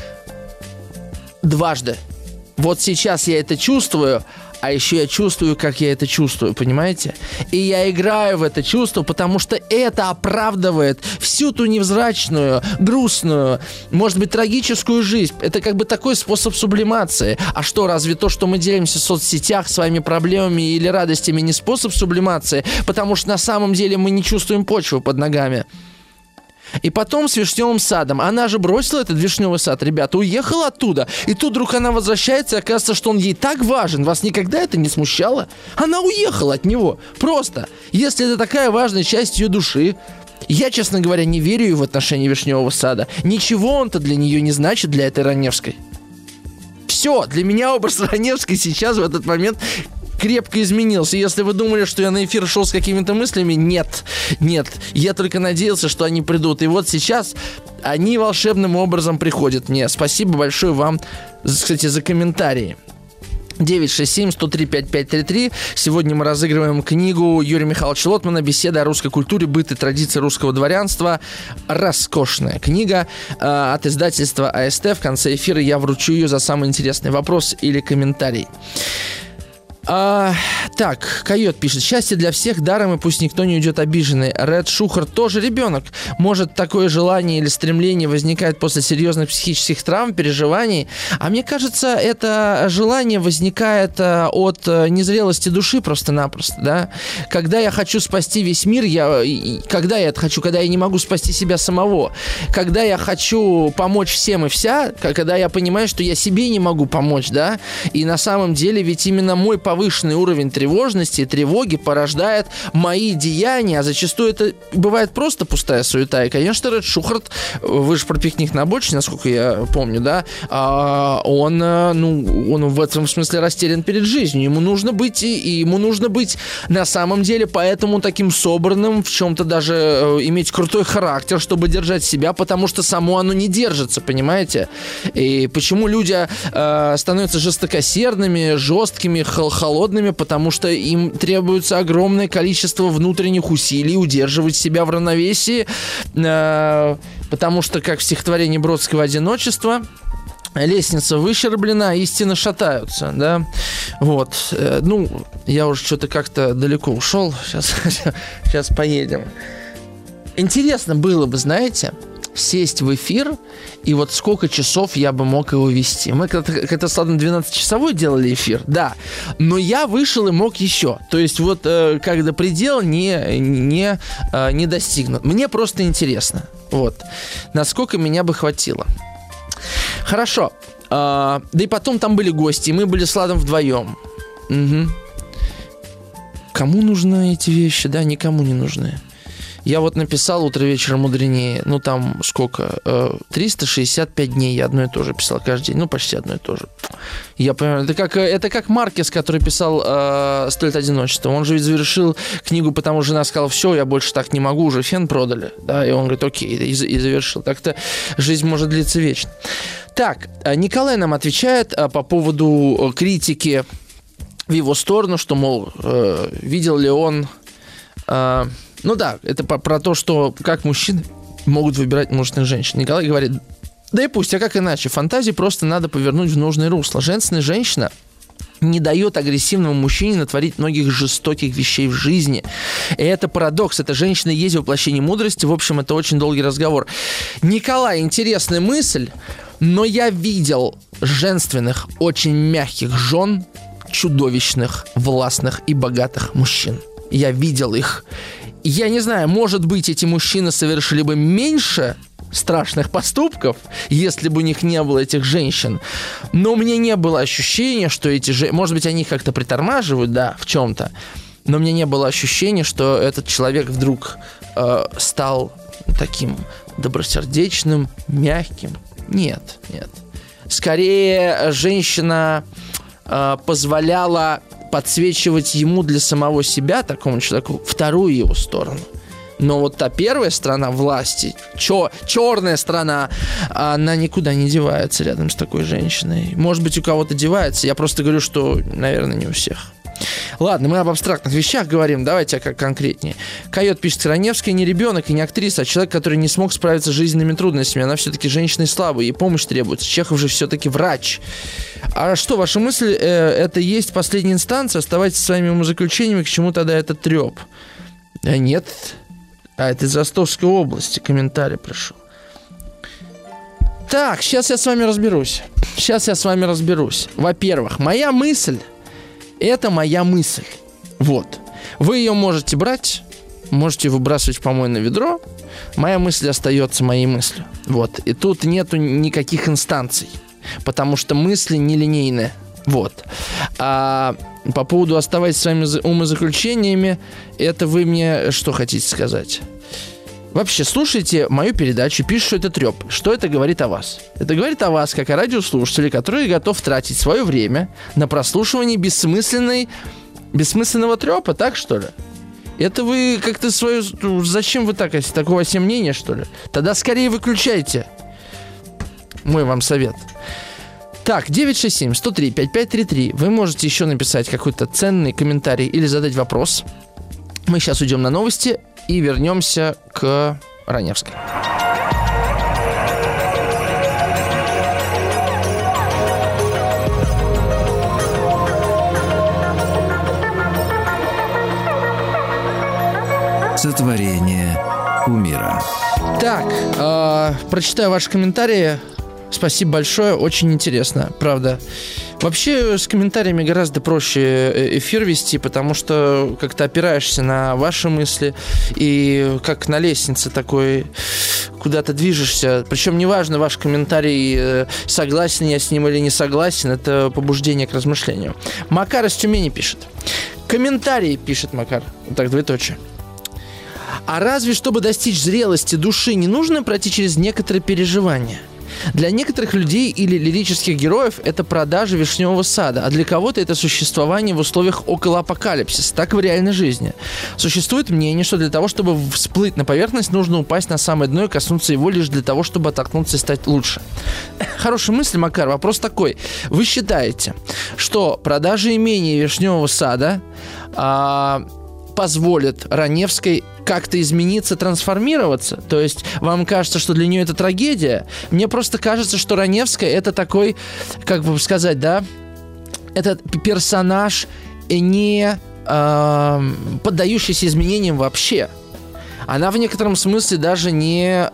дважды. Вот сейчас я это чувствую, а еще я чувствую, как я это чувствую, понимаете? И я играю в это чувство, потому что это оправдывает всю ту невзрачную, грустную, может быть, трагическую жизнь. Это как бы такой способ сублимации. А что, разве то, что мы делимся в соцсетях своими проблемами или радостями, не способ сублимации? Потому что на самом деле мы не чувствуем почву под ногами. И потом с вишневым садом. Она же бросила этот вишневый сад, ребята, уехала оттуда. И тут вдруг она возвращается, и оказывается, что он ей так важен. Вас никогда это не смущало? Она уехала от него. Просто. Если это такая важная часть ее души. Я, честно говоря, не верю ей в отношении вишневого сада. Ничего он-то для нее не значит, для этой Раневской. Все, для меня образ Раневской сейчас в этот момент крепко изменился. Если вы думали, что я на эфир шел с какими-то мыслями, нет. Я только надеялся, что они придут. И вот сейчас они волшебным образом приходят мне. Спасибо большое вам, кстати, за комментарии. 967-103-5533. Сегодня мы разыгрываем книгу Юрия Михайловича Лотмана «Беседа о русской культуре, быт и традиции русского дворянства». Роскошная книга от издательства АСТ. В конце эфира я вручу ее за самый интересный вопрос или комментарий. Так, Койот пишет. Счастье для всех даром, и пусть никто не уйдет обиженный. Ред Шухар тоже ребенок. Может, такое желание или стремление возникает после серьезных психических травм, переживаний. А мне кажется, это желание возникает от незрелости души просто-напросто, да? Когда я хочу спасти весь мир, когда я это хочу, когда я не могу спасти себя самого, когда я хочу помочь всем и вся, когда я понимаю, что я себе не могу помочь, да? И на самом деле ведь именно мой повышенный уровень тревожности и тревоги порождает мои деяния, а зачастую это бывает просто пустая суета. И, конечно, Ред Шухарт, вы же про пикник на обочине, насколько я помню, да, он в этом смысле растерян перед жизнью. Ему нужно быть, и ему нужно быть на самом деле поэтому таким собранным, в чем-то даже иметь крутой характер, чтобы держать себя, потому что само оно не держится, понимаете? И почему люди становятся жестокосердными, жесткими, холодными, потому что им требуется огромное количество внутренних усилий удерживать себя в равновесии, потому что, как в стихотворении Бродского «Одиночество», лестница выщерблена, истины шатаются, да, вот, я уже что-то как-то далеко ушел, сейчас поедем. Интересно было бы, знаете, сесть в эфир, и вот сколько часов я бы мог его вести. Мы как-то с Ладом 12-часовой делали эфир, да, но я вышел и мог еще. То есть вот когда предел не достигнут. Мне просто интересно, вот, насколько меня бы хватило. Хорошо. Да и потом там были гости, и мы были с Ладом вдвоем. Угу. Кому нужны эти вещи? Да, никому не нужны. Я вот написал «Утро вечера мудренее». там сколько? 365 дней я одно и то же писал каждый день. Почти одно и то же. Я понимаю, это как Маркес, который писал «100 лет одиночества». Он же ведь завершил книгу, потому что жена сказала: все, я больше так не могу, уже фен продали. Да, и он говорит: окей, и завершил. Так-то жизнь может длиться вечно. Так, Николай нам отвечает по поводу критики в его сторону, что, мол, видел ли он... это про то, что как мужчины могут выбирать мужественных женщин. Николай говорит: да и пусть, а как иначе? Фантазии просто надо повернуть в нужное русло. Женственная женщина не дает агрессивному мужчине натворить многих жестоких вещей в жизни. И это парадокс. Эта женщина есть воплощение мудрости. В общем, это очень долгий разговор. Николай, интересная мысль, но я видел женственных, очень мягких жен, чудовищных, властных и богатых мужчин. Я видел их. Я не знаю, может быть, эти мужчины совершили бы меньше страшных поступков, если бы у них не было этих женщин. Но мне не было ощущения, что эти женщины... Может быть, они их как-то притормаживают, да, в чем-то. Но мне не было ощущения, что этот человек вдруг стал таким добросердечным, мягким. Нет. Скорее, женщина позволяла подсвечивать ему для самого себя, такому человеку, вторую его сторону. Но вот та первая сторона власти, черная сторона, она никуда не девается рядом с такой женщиной. Может быть, у кого-то девается, я просто говорю, что, наверное, не у всех. Ладно, мы об абстрактных вещах говорим, давайте как конкретнее. Койот пишет: Раневская не ребенок и не актриса, а человек, который не смог справиться с жизненными трудностями. Она все-таки женщина слабая, ей помощь требуется. Чехов же все-таки врач. А что, ваша мысль, это есть последняя инстанция? Оставайтесь с своими умозаключениями, к чему тогда этот треп? Нет. Это из Ростовской области комментарий пришел. Так, сейчас я с вами разберусь. Во-первых, моя мысль – это моя мысль. Вот. Вы ее можете брать, можете выбрасывать в помойное ведро. Моя мысль остается моей мыслью. Вот. И тут нету никаких инстанций, потому что мысли нелинейные. Вот. А по поводу «оставайтесь своими умозаключениями», это вы мне что хотите сказать? Вообще, слушайте мою передачу, пишут, что это треп. Что это говорит о вас? Это говорит о вас, как о радиослушателе, который готов тратить свое время на прослушивание бессмысленного трепа, так что ли? Это вы как-то свою... Зачем вы такого себе мнения, что ли? Тогда скорее выключайте. Мой вам совет. Так, 967-103-5533. Вы можете еще написать какой-то ценный комментарий или задать вопрос. Мы сейчас уйдем на новости и вернемся к Раневской. Сотворение кумира. Так, прочитаю ваши комментарии. Спасибо большое, очень интересно, правда. Вообще с комментариями гораздо проще эфир вести, потому что как-то опираешься на ваши мысли и как на лестнице такой куда-то движешься. Причем неважно, ваш комментарий, согласен я с ним или не согласен, это побуждение к размышлению. Макар из Тюмени пишет. Комментарий, пишет Макар. Так, двоеточие. А разве, чтобы достичь зрелости души, не нужно пройти через некоторые переживания? Для некоторых людей или лирических героев это продажа вишневого сада, а для кого-то это существование в условиях околоапокалипсиса, так и в реальной жизни. Существует мнение, что для того, чтобы всплыть на поверхность, нужно упасть на самое дно и коснуться его лишь для того, чтобы оттолкнуться и стать лучше. Хорошая мысль, Макар. Вопрос такой. Вы считаете, что продажа имения вишневого сада позволит Раневской как-то измениться, трансформироваться? То есть вам кажется, что для нее это трагедия? Мне просто кажется, что Раневская это такой, как бы сказать, да, этот персонаж не поддающийся изменениям вообще. Она в некотором смысле даже не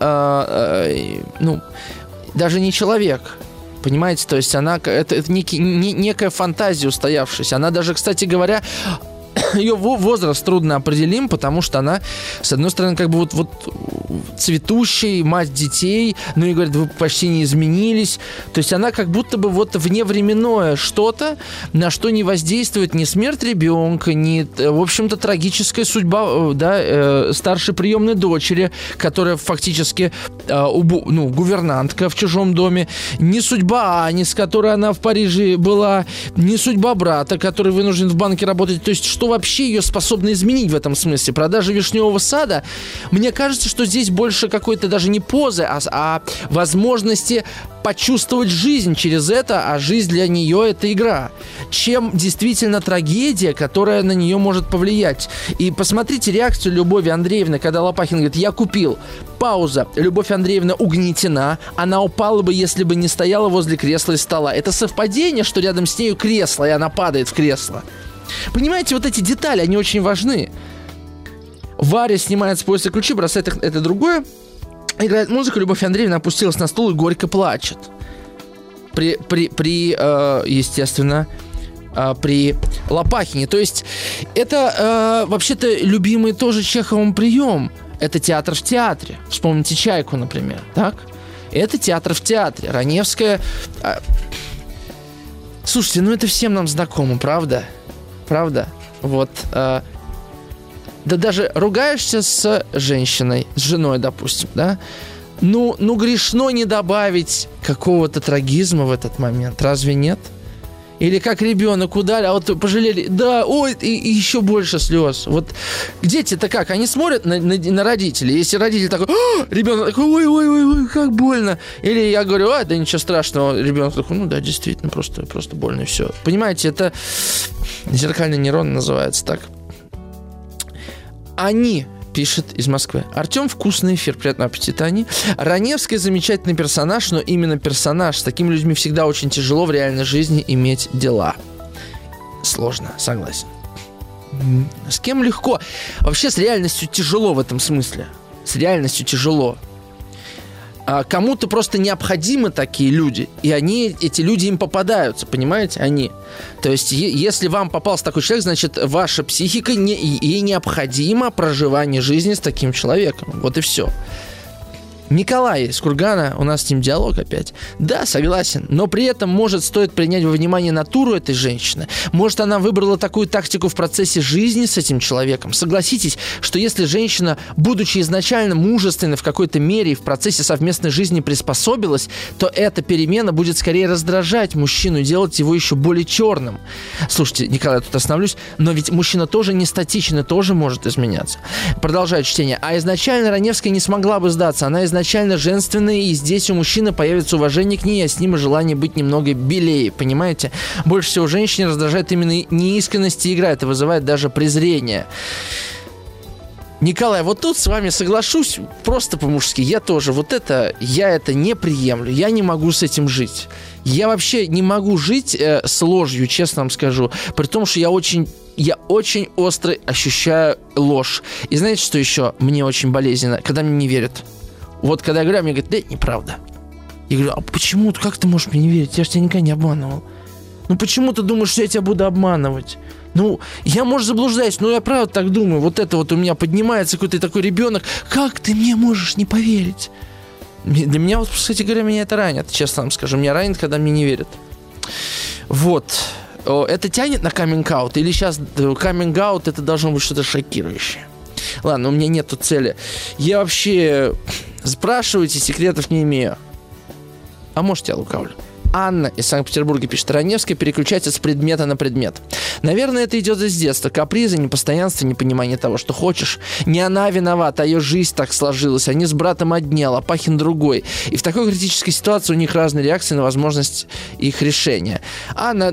даже не человек. Понимаете? То есть она это некая фантазия устоявшаяся. Она даже, кстати говоря, ее возраст трудно определим, потому что она, с одной стороны, как бы вот цветущая, мать детей, ну и говорит, вы почти не изменились. То есть она как будто бы вот вневременное что-то, на что не воздействует ни смерть ребенка, ни, в общем-то, трагическая судьба, да, старшей приемной дочери, которая фактически гувернантка в чужом доме, ни судьба Ани, с которой она в Париже была, ни судьба брата, который вынужден в банке работать. То есть что вообще ее способно изменить в этом смысле? Продажа вишневого сада, мне кажется, что здесь здесь больше какой-то даже не позы, а возможности почувствовать жизнь через это, а жизнь для нее – это игра, чем действительно трагедия, которая на нее может повлиять. И посмотрите реакцию Любови Андреевны, когда Лопахин говорит: «Я купил». Пауза. Любовь Андреевна угнетена. Она упала бы, если бы не стояла возле кресла и стола. Это совпадение, что рядом с нею кресло, и она падает в кресло. Понимаете, вот эти детали, они очень важны. Варя снимает с пояса ключи, бросает их, это другое. Играет музыка, Любовь Андреевна опустилась на стул и горько плачет. Естественно, при Лопахине. То есть это вообще-то любимый тоже Чеховым прием. Это театр в театре. Вспомните «Чайку», например. Так? Это театр в театре. Раневская... Слушайте, ну это всем нам знакомо, правда? Правда? Вот... Да даже ругаешься с женщиной, с женой, допустим, да? Ну грешно не добавить какого-то трагизма в этот момент, разве нет? Или как ребенок ударил, а вот пожалели, да, ой, и еще больше слез. Вот дети-то как, они смотрят на родителей, если родитель такой, ребенок такой, ой, как больно. Или я говорю: да ничего страшного, ребенок такой: ну да, действительно, просто больно и все. Понимаете, это зеркальный нейрон называется так. Они, пишет из Москвы: Артем, вкусный эфир, приятного аппетита, Ани. Раневская замечательный персонаж, но именно персонаж. С такими людьми всегда очень тяжело в реальной жизни иметь дела. Сложно, согласен. С кем легко? Вообще с реальностью тяжело в этом смысле. С реальностью тяжело. Кому-то просто необходимы такие люди, и эти люди им попадаются, понимаете, они. То есть, если вам попался такой человек, значит, ваша психика, ей необходимо проживание жизни с таким человеком. Вот и все. Николай из Кургана, у нас с ним диалог опять. Да, согласен, но при этом, может, стоит принять во внимание натуру этой женщины. Может, она выбрала такую тактику в процессе жизни с этим человеком. Согласитесь, что если женщина, будучи изначально мужественной в какой-то мере и в процессе совместной жизни приспособилась, то эта перемена будет скорее раздражать мужчину и делать его еще более черным. Слушайте, Николай, я тут остановлюсь, но ведь мужчина тоже не статичен и тоже может изменяться. Продолжаю чтение. А изначально Раневская не смогла бы сдаться. Она изначально женственная, и здесь у мужчины появится уважение к ней, а с ним и желание быть немного белее, понимаете? Больше всего женщине раздражает именно неискренность и игра, это вызывает даже презрение. Николай, вот тут с вами соглашусь просто по-мужски. Я тоже я это не приемлю, я не могу с этим жить. Я вообще не могу жить с ложью, честно вам скажу, при том, что я очень остро ощущаю ложь. И знаете, что еще мне очень болезненно? Когда мне не верят. Вот когда я говорю, мне говорят: да, неправда. Я говорю: а почему? Как ты можешь мне не верить? Я же тебя никогда не обманывал. Ну почему ты думаешь, что я тебя буду обманывать? Ну, я, может, заблуждаюсь, но я правда так думаю. Вот это вот у меня поднимается какой-то такой ребенок. Как ты мне можешь не поверить? Для меня, вот, кстати говоря, меня это ранит, честно вам скажу. Меня ранит, когда мне не верят. Вот. Это тянет на каминг-аут? Или сейчас каминг-аут это должно быть что-то шокирующее? Ладно, у меня нету цели. Я вообще... Спрашивайте, секретов не имею. А может, я лукавлю. Анна из Санкт-Петербурга пишет: Раневская переключается с предмета на предмет. Наверное, это идет из детства. Капризы, непостоянство, непонимание того, что хочешь. Не она виновата, а ее жизнь так сложилась. Они с братом одни, а Лопахин другой. И в такой критической ситуации у них разные реакции на возможность их решения. Анна,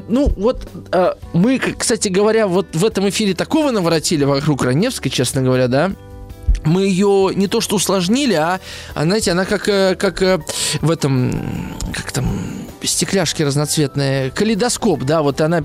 мы, кстати говоря, вот в этом эфире такого наворотили вокруг Раневской, честно говоря, да? Мы ее не то что усложнили, а знаете, она как в этом, как там, стекляшки разноцветные, калейдоскоп, да, вот она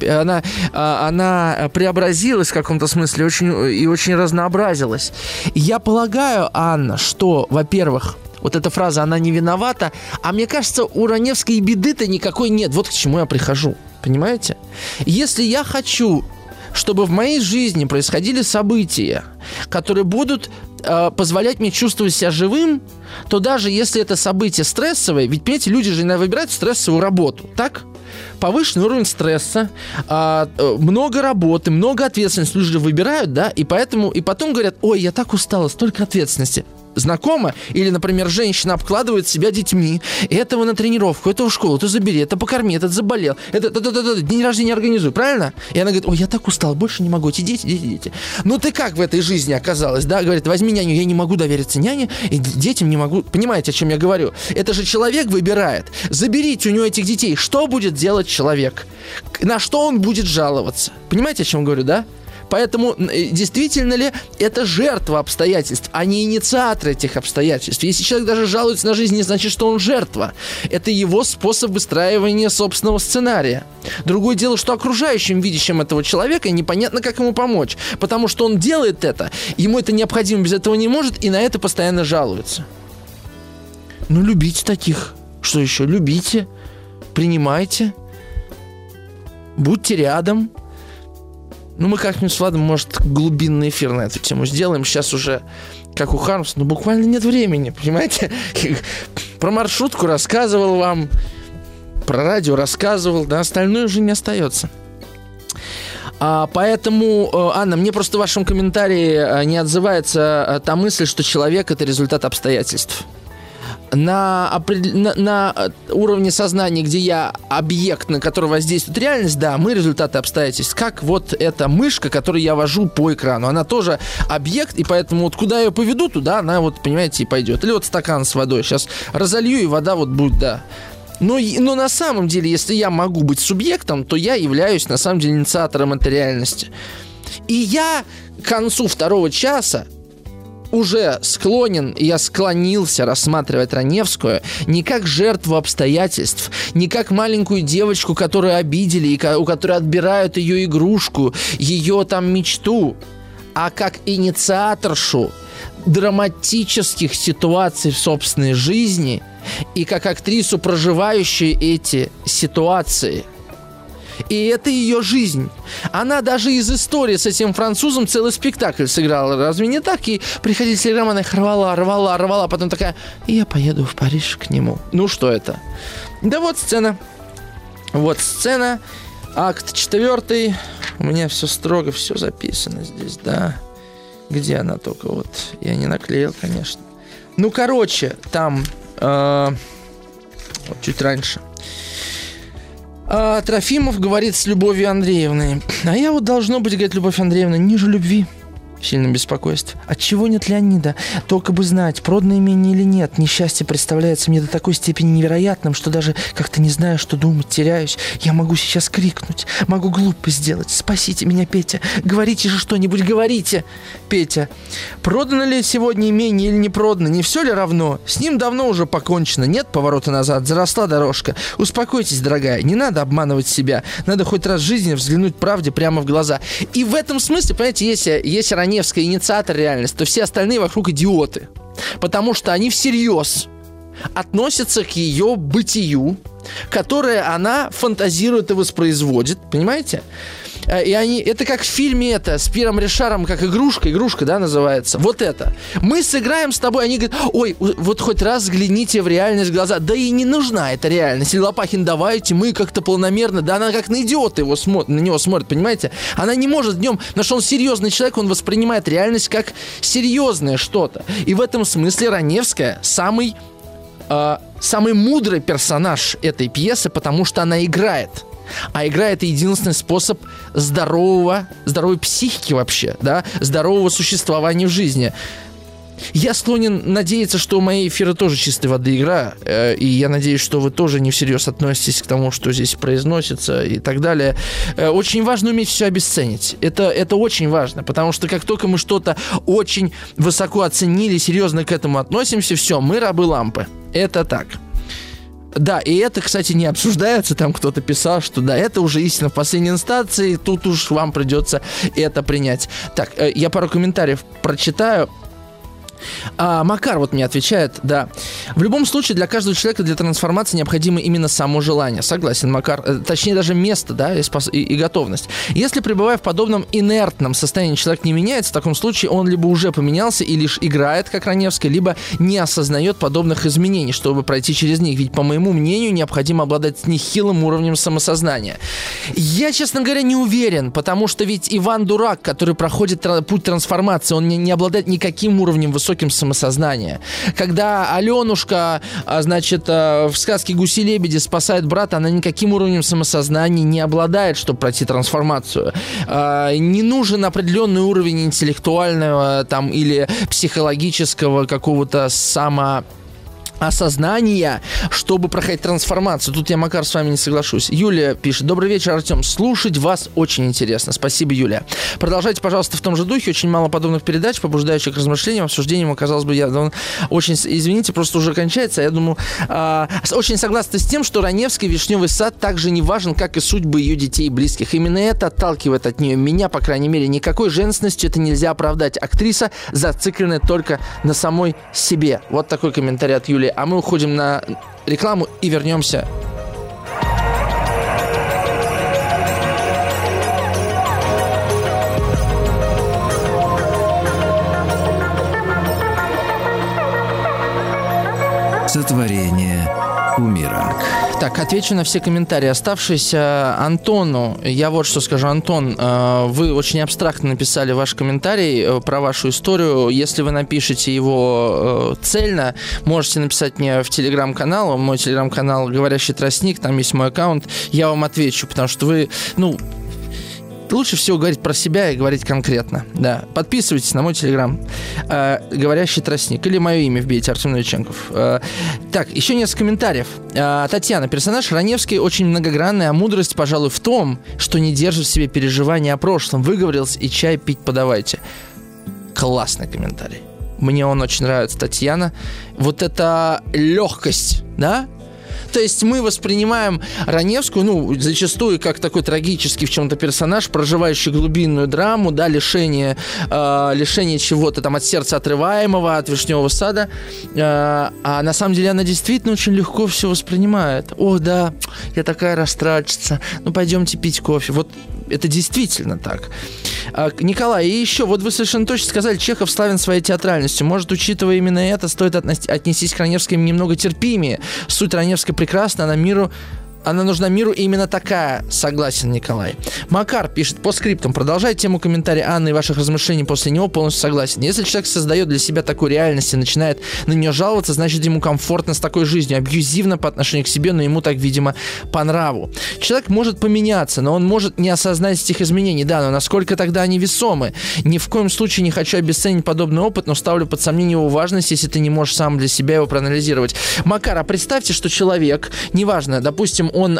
преобразилась в каком-то смысле очень разнообразилась. И я полагаю, Анна, что, во-первых, вот эта фраза «она не виновата», а мне кажется, у Раневской и беды-то никакой нет. Вот к чему я прихожу, понимаете? Если я хочу, чтобы в моей жизни происходили события, которые будут позволять мне чувствовать себя живым, то даже если это событие стрессовое, ведь, понимаете, люди же иногда выбирают стрессовую работу, так? Повышенный уровень стресса, много работы, много ответственности люди выбирают, да, и потом говорят: ой, я так устала, столько ответственности. знакомо? Или, например, женщина обкладывает себя детьми. Этого на тренировку, это в школу, это забери, это покорми, этот заболел, это день рождения организуй, правильно? И она говорит: ой, я так устал, больше не могу, эти дети. Ну ты как в этой жизни оказалась, да? Говорит: возьми няню, я не могу довериться няне, и детям не могу. Понимаете, о чем я говорю? Это же человек выбирает. Заберите у него этих детей. Что будет делать человек? На что он будет жаловаться? Понимаете, о чем говорю, да? Поэтому действительно ли это жертва обстоятельств, а не инициатор этих обстоятельств? Если человек даже жалуется на жизнь, не значит, что он жертва. Это его способ выстраивания собственного сценария. Другое дело, что окружающим, видящим этого человека, непонятно, как ему помочь. Потому что он делает это, ему это необходимо, без этого не может, и на это постоянно жалуется. Ну, любите таких. Что еще? Любите, принимайте, будьте рядом. Ну, мы как-нибудь с Владом, может, глубинный эфир на эту тему сделаем. Сейчас уже, как у Хармса, ну, буквально нет времени, понимаете? Про маршрутку рассказывал вам, про радио рассказывал, да, остальное уже не остается. Поэтому, Анна, мне просто в вашем комментарии не отзывается та мысль, что человек – это результат обстоятельств. На уровне сознания, где я объект, на который воздействует реальность, да, мы результаты обстоятельств. Как вот эта мышка, которую я вожу по экрану. Она тоже объект, и поэтому вот куда я ее поведу, туда она, вот, понимаете, и пойдет. Или вот стакан с водой. Сейчас разолью, и вода вот будет, да. Но на самом деле, если я могу быть субъектом, то я являюсь, на самом деле, инициатором этой реальности. И я к концу 2 часа уже склонен, я склонился рассматривать Раневскую не как жертву обстоятельств, не как маленькую девочку, которую обидели, и у которой отбирают ее игрушку, ее там мечту, а как инициаторшу драматических ситуаций в собственной жизни и как актрису, проживающую эти ситуации. И это ее жизнь. Она даже из истории с этим французом целый спектакль сыграла. Разве не так? И приходила телеграмма, она их рвала. Потом такая: я поеду в Париж к нему. Ну, что это? Да вот сцена. Акт 4. У меня все строго, все записано здесь, да. Где она только? Вот. Я не наклеил, конечно. Ну, короче, там вот чуть раньше. Трофимов говорит с Любовью Андреевной: а я вот, должно быть, говорит Любовь Андреевна, ниже любви. В сильном беспокойстве. Отчего нет Леонида? Только бы знать, продано имение или нет. Несчастье представляется мне до такой степени невероятным, что даже как-то не знаю, что думать, теряюсь. Я могу сейчас крикнуть, могу глупость сделать. Спасите меня, Петя. Говорите же что-нибудь, говорите. Петя: продано ли сегодня имение или не продано? Не все ли равно? С ним давно уже покончено. Нет поворота назад, заросла дорожка. Успокойтесь, дорогая, не надо обманывать себя. Надо хоть раз в жизни взглянуть правде прямо в глаза. И в этом смысле, понимаете, если Раневская инициатор реальности, то все остальные вокруг идиоты. Потому что они всерьез относятся к ее бытию, которое она фантазирует и воспроизводит. Понимаете? И это как в фильме с Пьером Ришаром, как игрушка, да, называется. Вот это. Мы сыграем с тобой, они говорят: ой, вот хоть раз взгляните в реальность в глаза. Да и не нужна эта реальность. Или Лопахин: давайте, мы как-то планомерно. Да она как на идиота на него смотрит, понимаете? Она не может днем, потому что он серьезный человек, он воспринимает реальность как серьезное что-то. И в этом смысле Раневская самый мудрый персонаж этой пьесы, потому что она играет. А игра — это единственный способ здоровой психики вообще, да, здорового существования в жизни. Я склонен надеяться, что у моей эфиры тоже чистой воды игра, и я надеюсь, что вы тоже не всерьез относитесь к тому, что здесь произносится и так далее. Очень важно уметь все обесценить. Это очень важно, потому что как только мы что-то очень высоко оценили, серьезно к этому относимся, все, мы рабы лампы. Это так. Да, и это, кстати, не обсуждается. Там кто-то писал, что да, это уже истина в последней инстанции, тут уж вам придется это принять. Так, я пару комментариев прочитаю. Макар вот мне отвечает, да. В любом случае, для каждого человека для трансформации необходимо именно само желание. Согласен, Макар. Точнее, даже место, да, и готовность. Если, пребывая в подобном инертном состоянии, человек не меняется, в таком случае он либо уже поменялся и лишь играет, как Раневская, либо не осознает подобных изменений, чтобы пройти через них. Ведь, по моему мнению, необходимо обладать нехилым уровнем самосознания. Я, честно говоря, не уверен, потому что ведь Иван Дурак, который проходит путь трансформации, он не обладает никаким уровнем высокого высоким самосознанием. Когда Аленушка, значит, в сказке «Гуси-лебеди» спасает брата, она никаким уровнем самосознания не обладает, чтобы пройти трансформацию. Не нужен определенный уровень интеллектуального там, или психологического какого-то осознания, чтобы проходить трансформацию. Тут я, Макар, с вами не соглашусь. Юлия пишет: добрый вечер, Артем. Слушать вас очень интересно. Спасибо, Юлия. Продолжайте, пожалуйста, в том же духе. Очень мало подобных передач, побуждающих к размышлениям, обсуждениям. Казалось бы, очень, извините, просто уже кончается. Я думаю, очень согласна с тем, что Раневский «Вишневый сад» также не важен, как и судьбы ее детей и близких. Именно это отталкивает от нее меня, по крайней мере. Никакой женственностью это нельзя оправдать. Актриса, зацикленная только на самой себе. Вот такой комментарий от Юлии. А мы уходим на рекламу и вернемся. Сотворение кумира. Так, отвечу на все комментарии оставшиеся. Антону, я вот что скажу. Антон, вы очень абстрактно написали ваш комментарий про вашу историю. Если вы напишете его цельно, можете написать мне в телеграм-канал. Мой телеграм-канал «Говорящий тростник», там есть мой аккаунт. Я вам отвечу, потому что вы, лучше всего говорить про себя и говорить конкретно. Да. Подписывайтесь на мой телеграм «Говорящий тростник». Или мое имя вбейте, Артем Новиченков. Так, еще несколько комментариев. Татьяна. Персонаж Раневский очень многогранный, а мудрость, пожалуй, в том, что не держит в себе переживания о прошлом. Выговорился, и чай пить подавайте. Классный комментарий. Мне он очень нравится, Татьяна. Вот эта легкость, да? То есть мы воспринимаем Раневскую, зачастую как такой трагический в чем-то персонаж, проживающий глубинную драму, да, лишение чего-то там от сердца отрываемого, от «Вишневого сада». А на самом деле она действительно очень легко все воспринимает. О, да, я такая растратчица. Пойдемте пить кофе. Вот это действительно так. Николай, и еще, вот вы совершенно точно сказали, Чехов славен своей театральностью. Может, учитывая именно это, стоит отнестись к Раневской немного терпимее. Суть Раневской прекрасна, она нужна миру именно такая. Согласен, Николай. Макар пишет по скриптам. Продолжая тему комментария Анны и ваших размышлений после него, полностью согласен. Если человек создает для себя такую реальность и начинает на нее жаловаться, значит, ему комфортно с такой жизнью. Абьюзивно по отношению к себе, но ему так, видимо, по нраву. Человек может поменяться, но он может не осознать этих изменений. Да, но насколько тогда они весомы? Ни в коем случае не хочу обесценить подобный опыт, но ставлю под сомнение его важность, если ты не можешь сам для себя его проанализировать. Макар, а представьте, что человек, неважно, допустим, он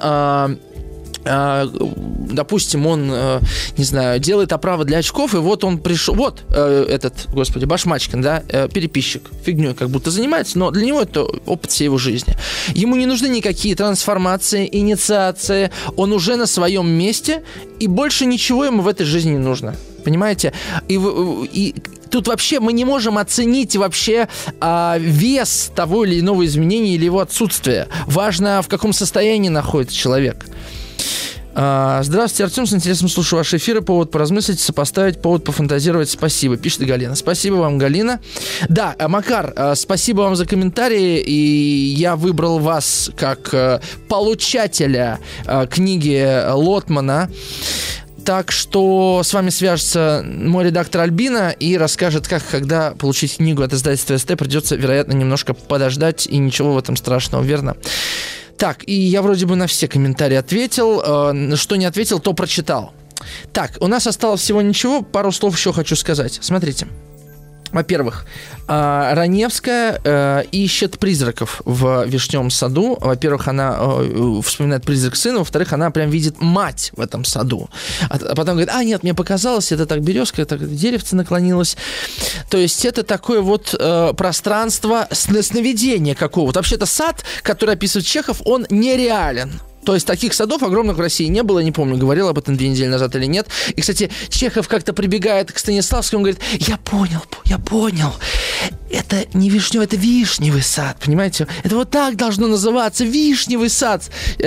не знаю, делает оправы для очков, и вот он пришел, Башмачкин, да, переписчик, фигней как будто занимается, но для него это опыт всей его жизни. Ему не нужны никакие трансформации, инициации, он уже на своем месте, и больше ничего ему в этой жизни не нужно. Понимаете? И тут вообще мы не можем оценить вообще вес того или иного изменения или его отсутствия. Важно, в каком состоянии находится человек. Здравствуйте, Артем, с интересом слушаю ваши эфиры. Повод поразмыслить, сопоставить, повод пофантазировать. Спасибо, пишет Галина. Спасибо вам, Галина. Да, Макар, спасибо вам за комментарии. И я выбрал вас как получателя книги Лотмана. Так что с вами свяжется мой редактор Альбина и расскажет, когда получить книгу от издательства СТ. Придется, вероятно, немножко подождать, и ничего в этом страшного, верно? Так, и я вроде бы на все комментарии ответил. Что не ответил, то прочитал. Так, у нас осталось всего ничего. Пару слов еще хочу сказать. Смотрите. Во-первых, Раневская ищет призраков в «Вишневом саду». Во-первых, она вспоминает призрак сына. Во-вторых, она прям видит мать в этом саду. А потом говорит, нет, мне показалось, это так березка, так деревце наклонилось. То есть это такое вот пространство сновидения какого-то. Вообще-то сад, который описывает Чехов, он нереален. То есть таких садов огромных в России не было, не помню, говорил об этом 2 недели назад или нет. И, кстати, Чехов как-то прибегает к Станиславскому и говорит, я понял, это не вишневый, это вишневый сад, понимаете? Это вот так должно называться, вишневый сад.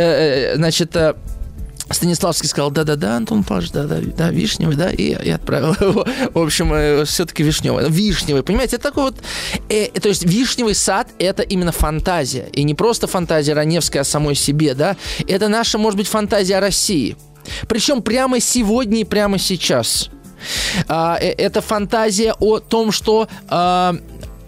Станиславский сказал, да, Антон Павлович, да, вишневый, да, и отправил его. В общем, все-таки вишневый, понимаете, это такой вот... то есть вишневый сад – это именно фантазия. И не просто фантазия Раневской о самой себе, да, это наша, может быть, фантазия о России. Причем прямо сегодня и прямо сейчас. Это фантазия о том, что...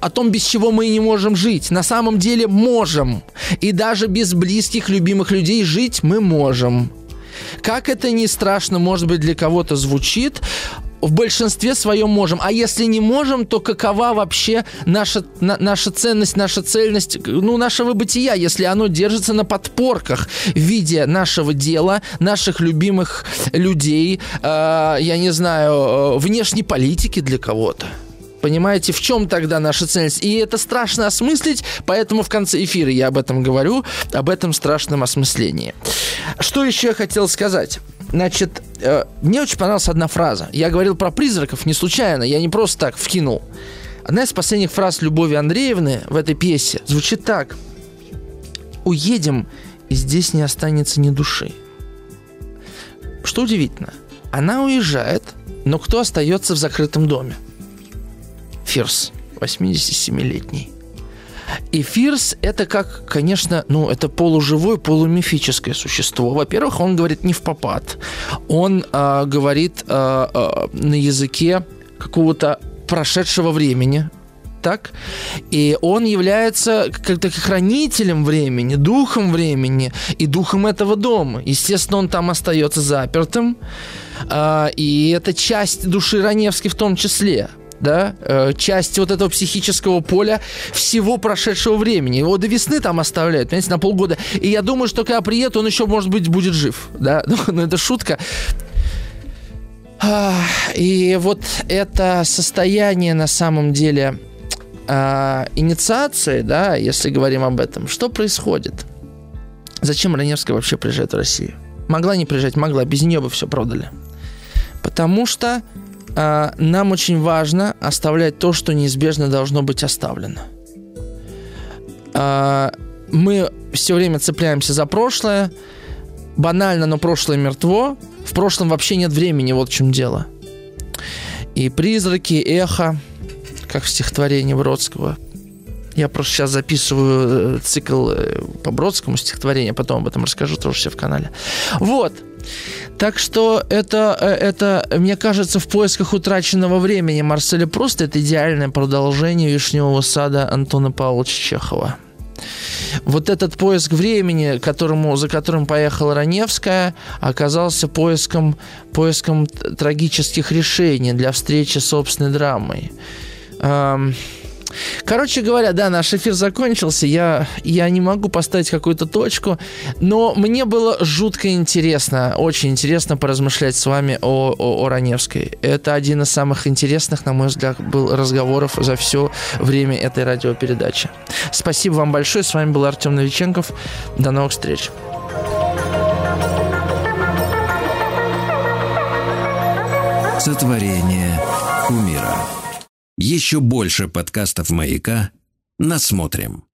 о том, без чего мы не можем жить. На самом деле можем. И даже без близких, любимых людей жить мы можем. Как это ни страшно, может быть, для кого-то звучит, в большинстве своем можем. А если не можем, то какова вообще наша ценность, наша цельность, нашего бытия, если оно держится на подпорках в виде нашего дела, наших любимых людей, я не знаю, внешней политики для кого-то. Понимаете, в чем тогда наша ценность? И это страшно осмыслить, поэтому в конце эфира я об этом говорю, об этом страшном осмыслении. Что еще я хотел сказать? Значит, мне очень понравилась одна фраза. Я говорил про призраков не случайно, я не просто так вкинул. Одна из последних фраз Любови Андреевны в этой пьесе звучит так: «Уедем, и здесь не останется ни души». Что удивительно, она уезжает, но кто остается в закрытом доме? Фирс, 87-летний. И Фирс — это как, конечно, это полуживое, полумифическое существо. Во-первых, он говорит не впопад. Он говорит на языке какого-то прошедшего времени. Так? И он является как-то хранителем времени, духом времени и духом этого дома. Естественно, он там остается запертым. И это часть души Раневской в том числе. Да, часть вот этого психического поля всего прошедшего времени. Его до весны там оставляют, понимаете, на полгода. И я думаю, что когда приедет, он еще, может быть, будет жив. Да? Но это шутка. И вот это состояние, на самом деле, инициации, да, если говорим об этом, что происходит? Зачем Раневская вообще приезжает в Россию? Могла не приезжать, могла. Без нее бы все продали. Потому что нам очень важно оставлять то, что неизбежно должно быть оставлено. Мы все время цепляемся за прошлое. Банально, но прошлое мертво. В прошлом вообще нет времени, вот в чем дело. И призраки, эхо, как в стихотворении Бродского. Я просто сейчас записываю цикл по Бродскому стихотворению, потом об этом расскажу, тоже все в канале. Вот. Так что это, мне кажется, в поисках утраченного времени Марселя Пруста это идеальное продолжение «Вишневого сада» Антона Павловича Чехова. Вот этот поиск времени, за которым поехала Раневская, оказался поиском трагических решений для встречи с собственной драмой. Короче говоря, да, наш эфир закончился. Я не могу поставить какую-то точку, но мне было жутко интересно, очень интересно поразмышлять с вами о Раневской. Это один из самых интересных, на мой взгляд, был разговоров за все время этой радиопередачи. Спасибо вам большое. С вами был Артем Новиченков. До новых встреч. Сотворение кумира. Еще больше подкастов «Маяка» насмотрим.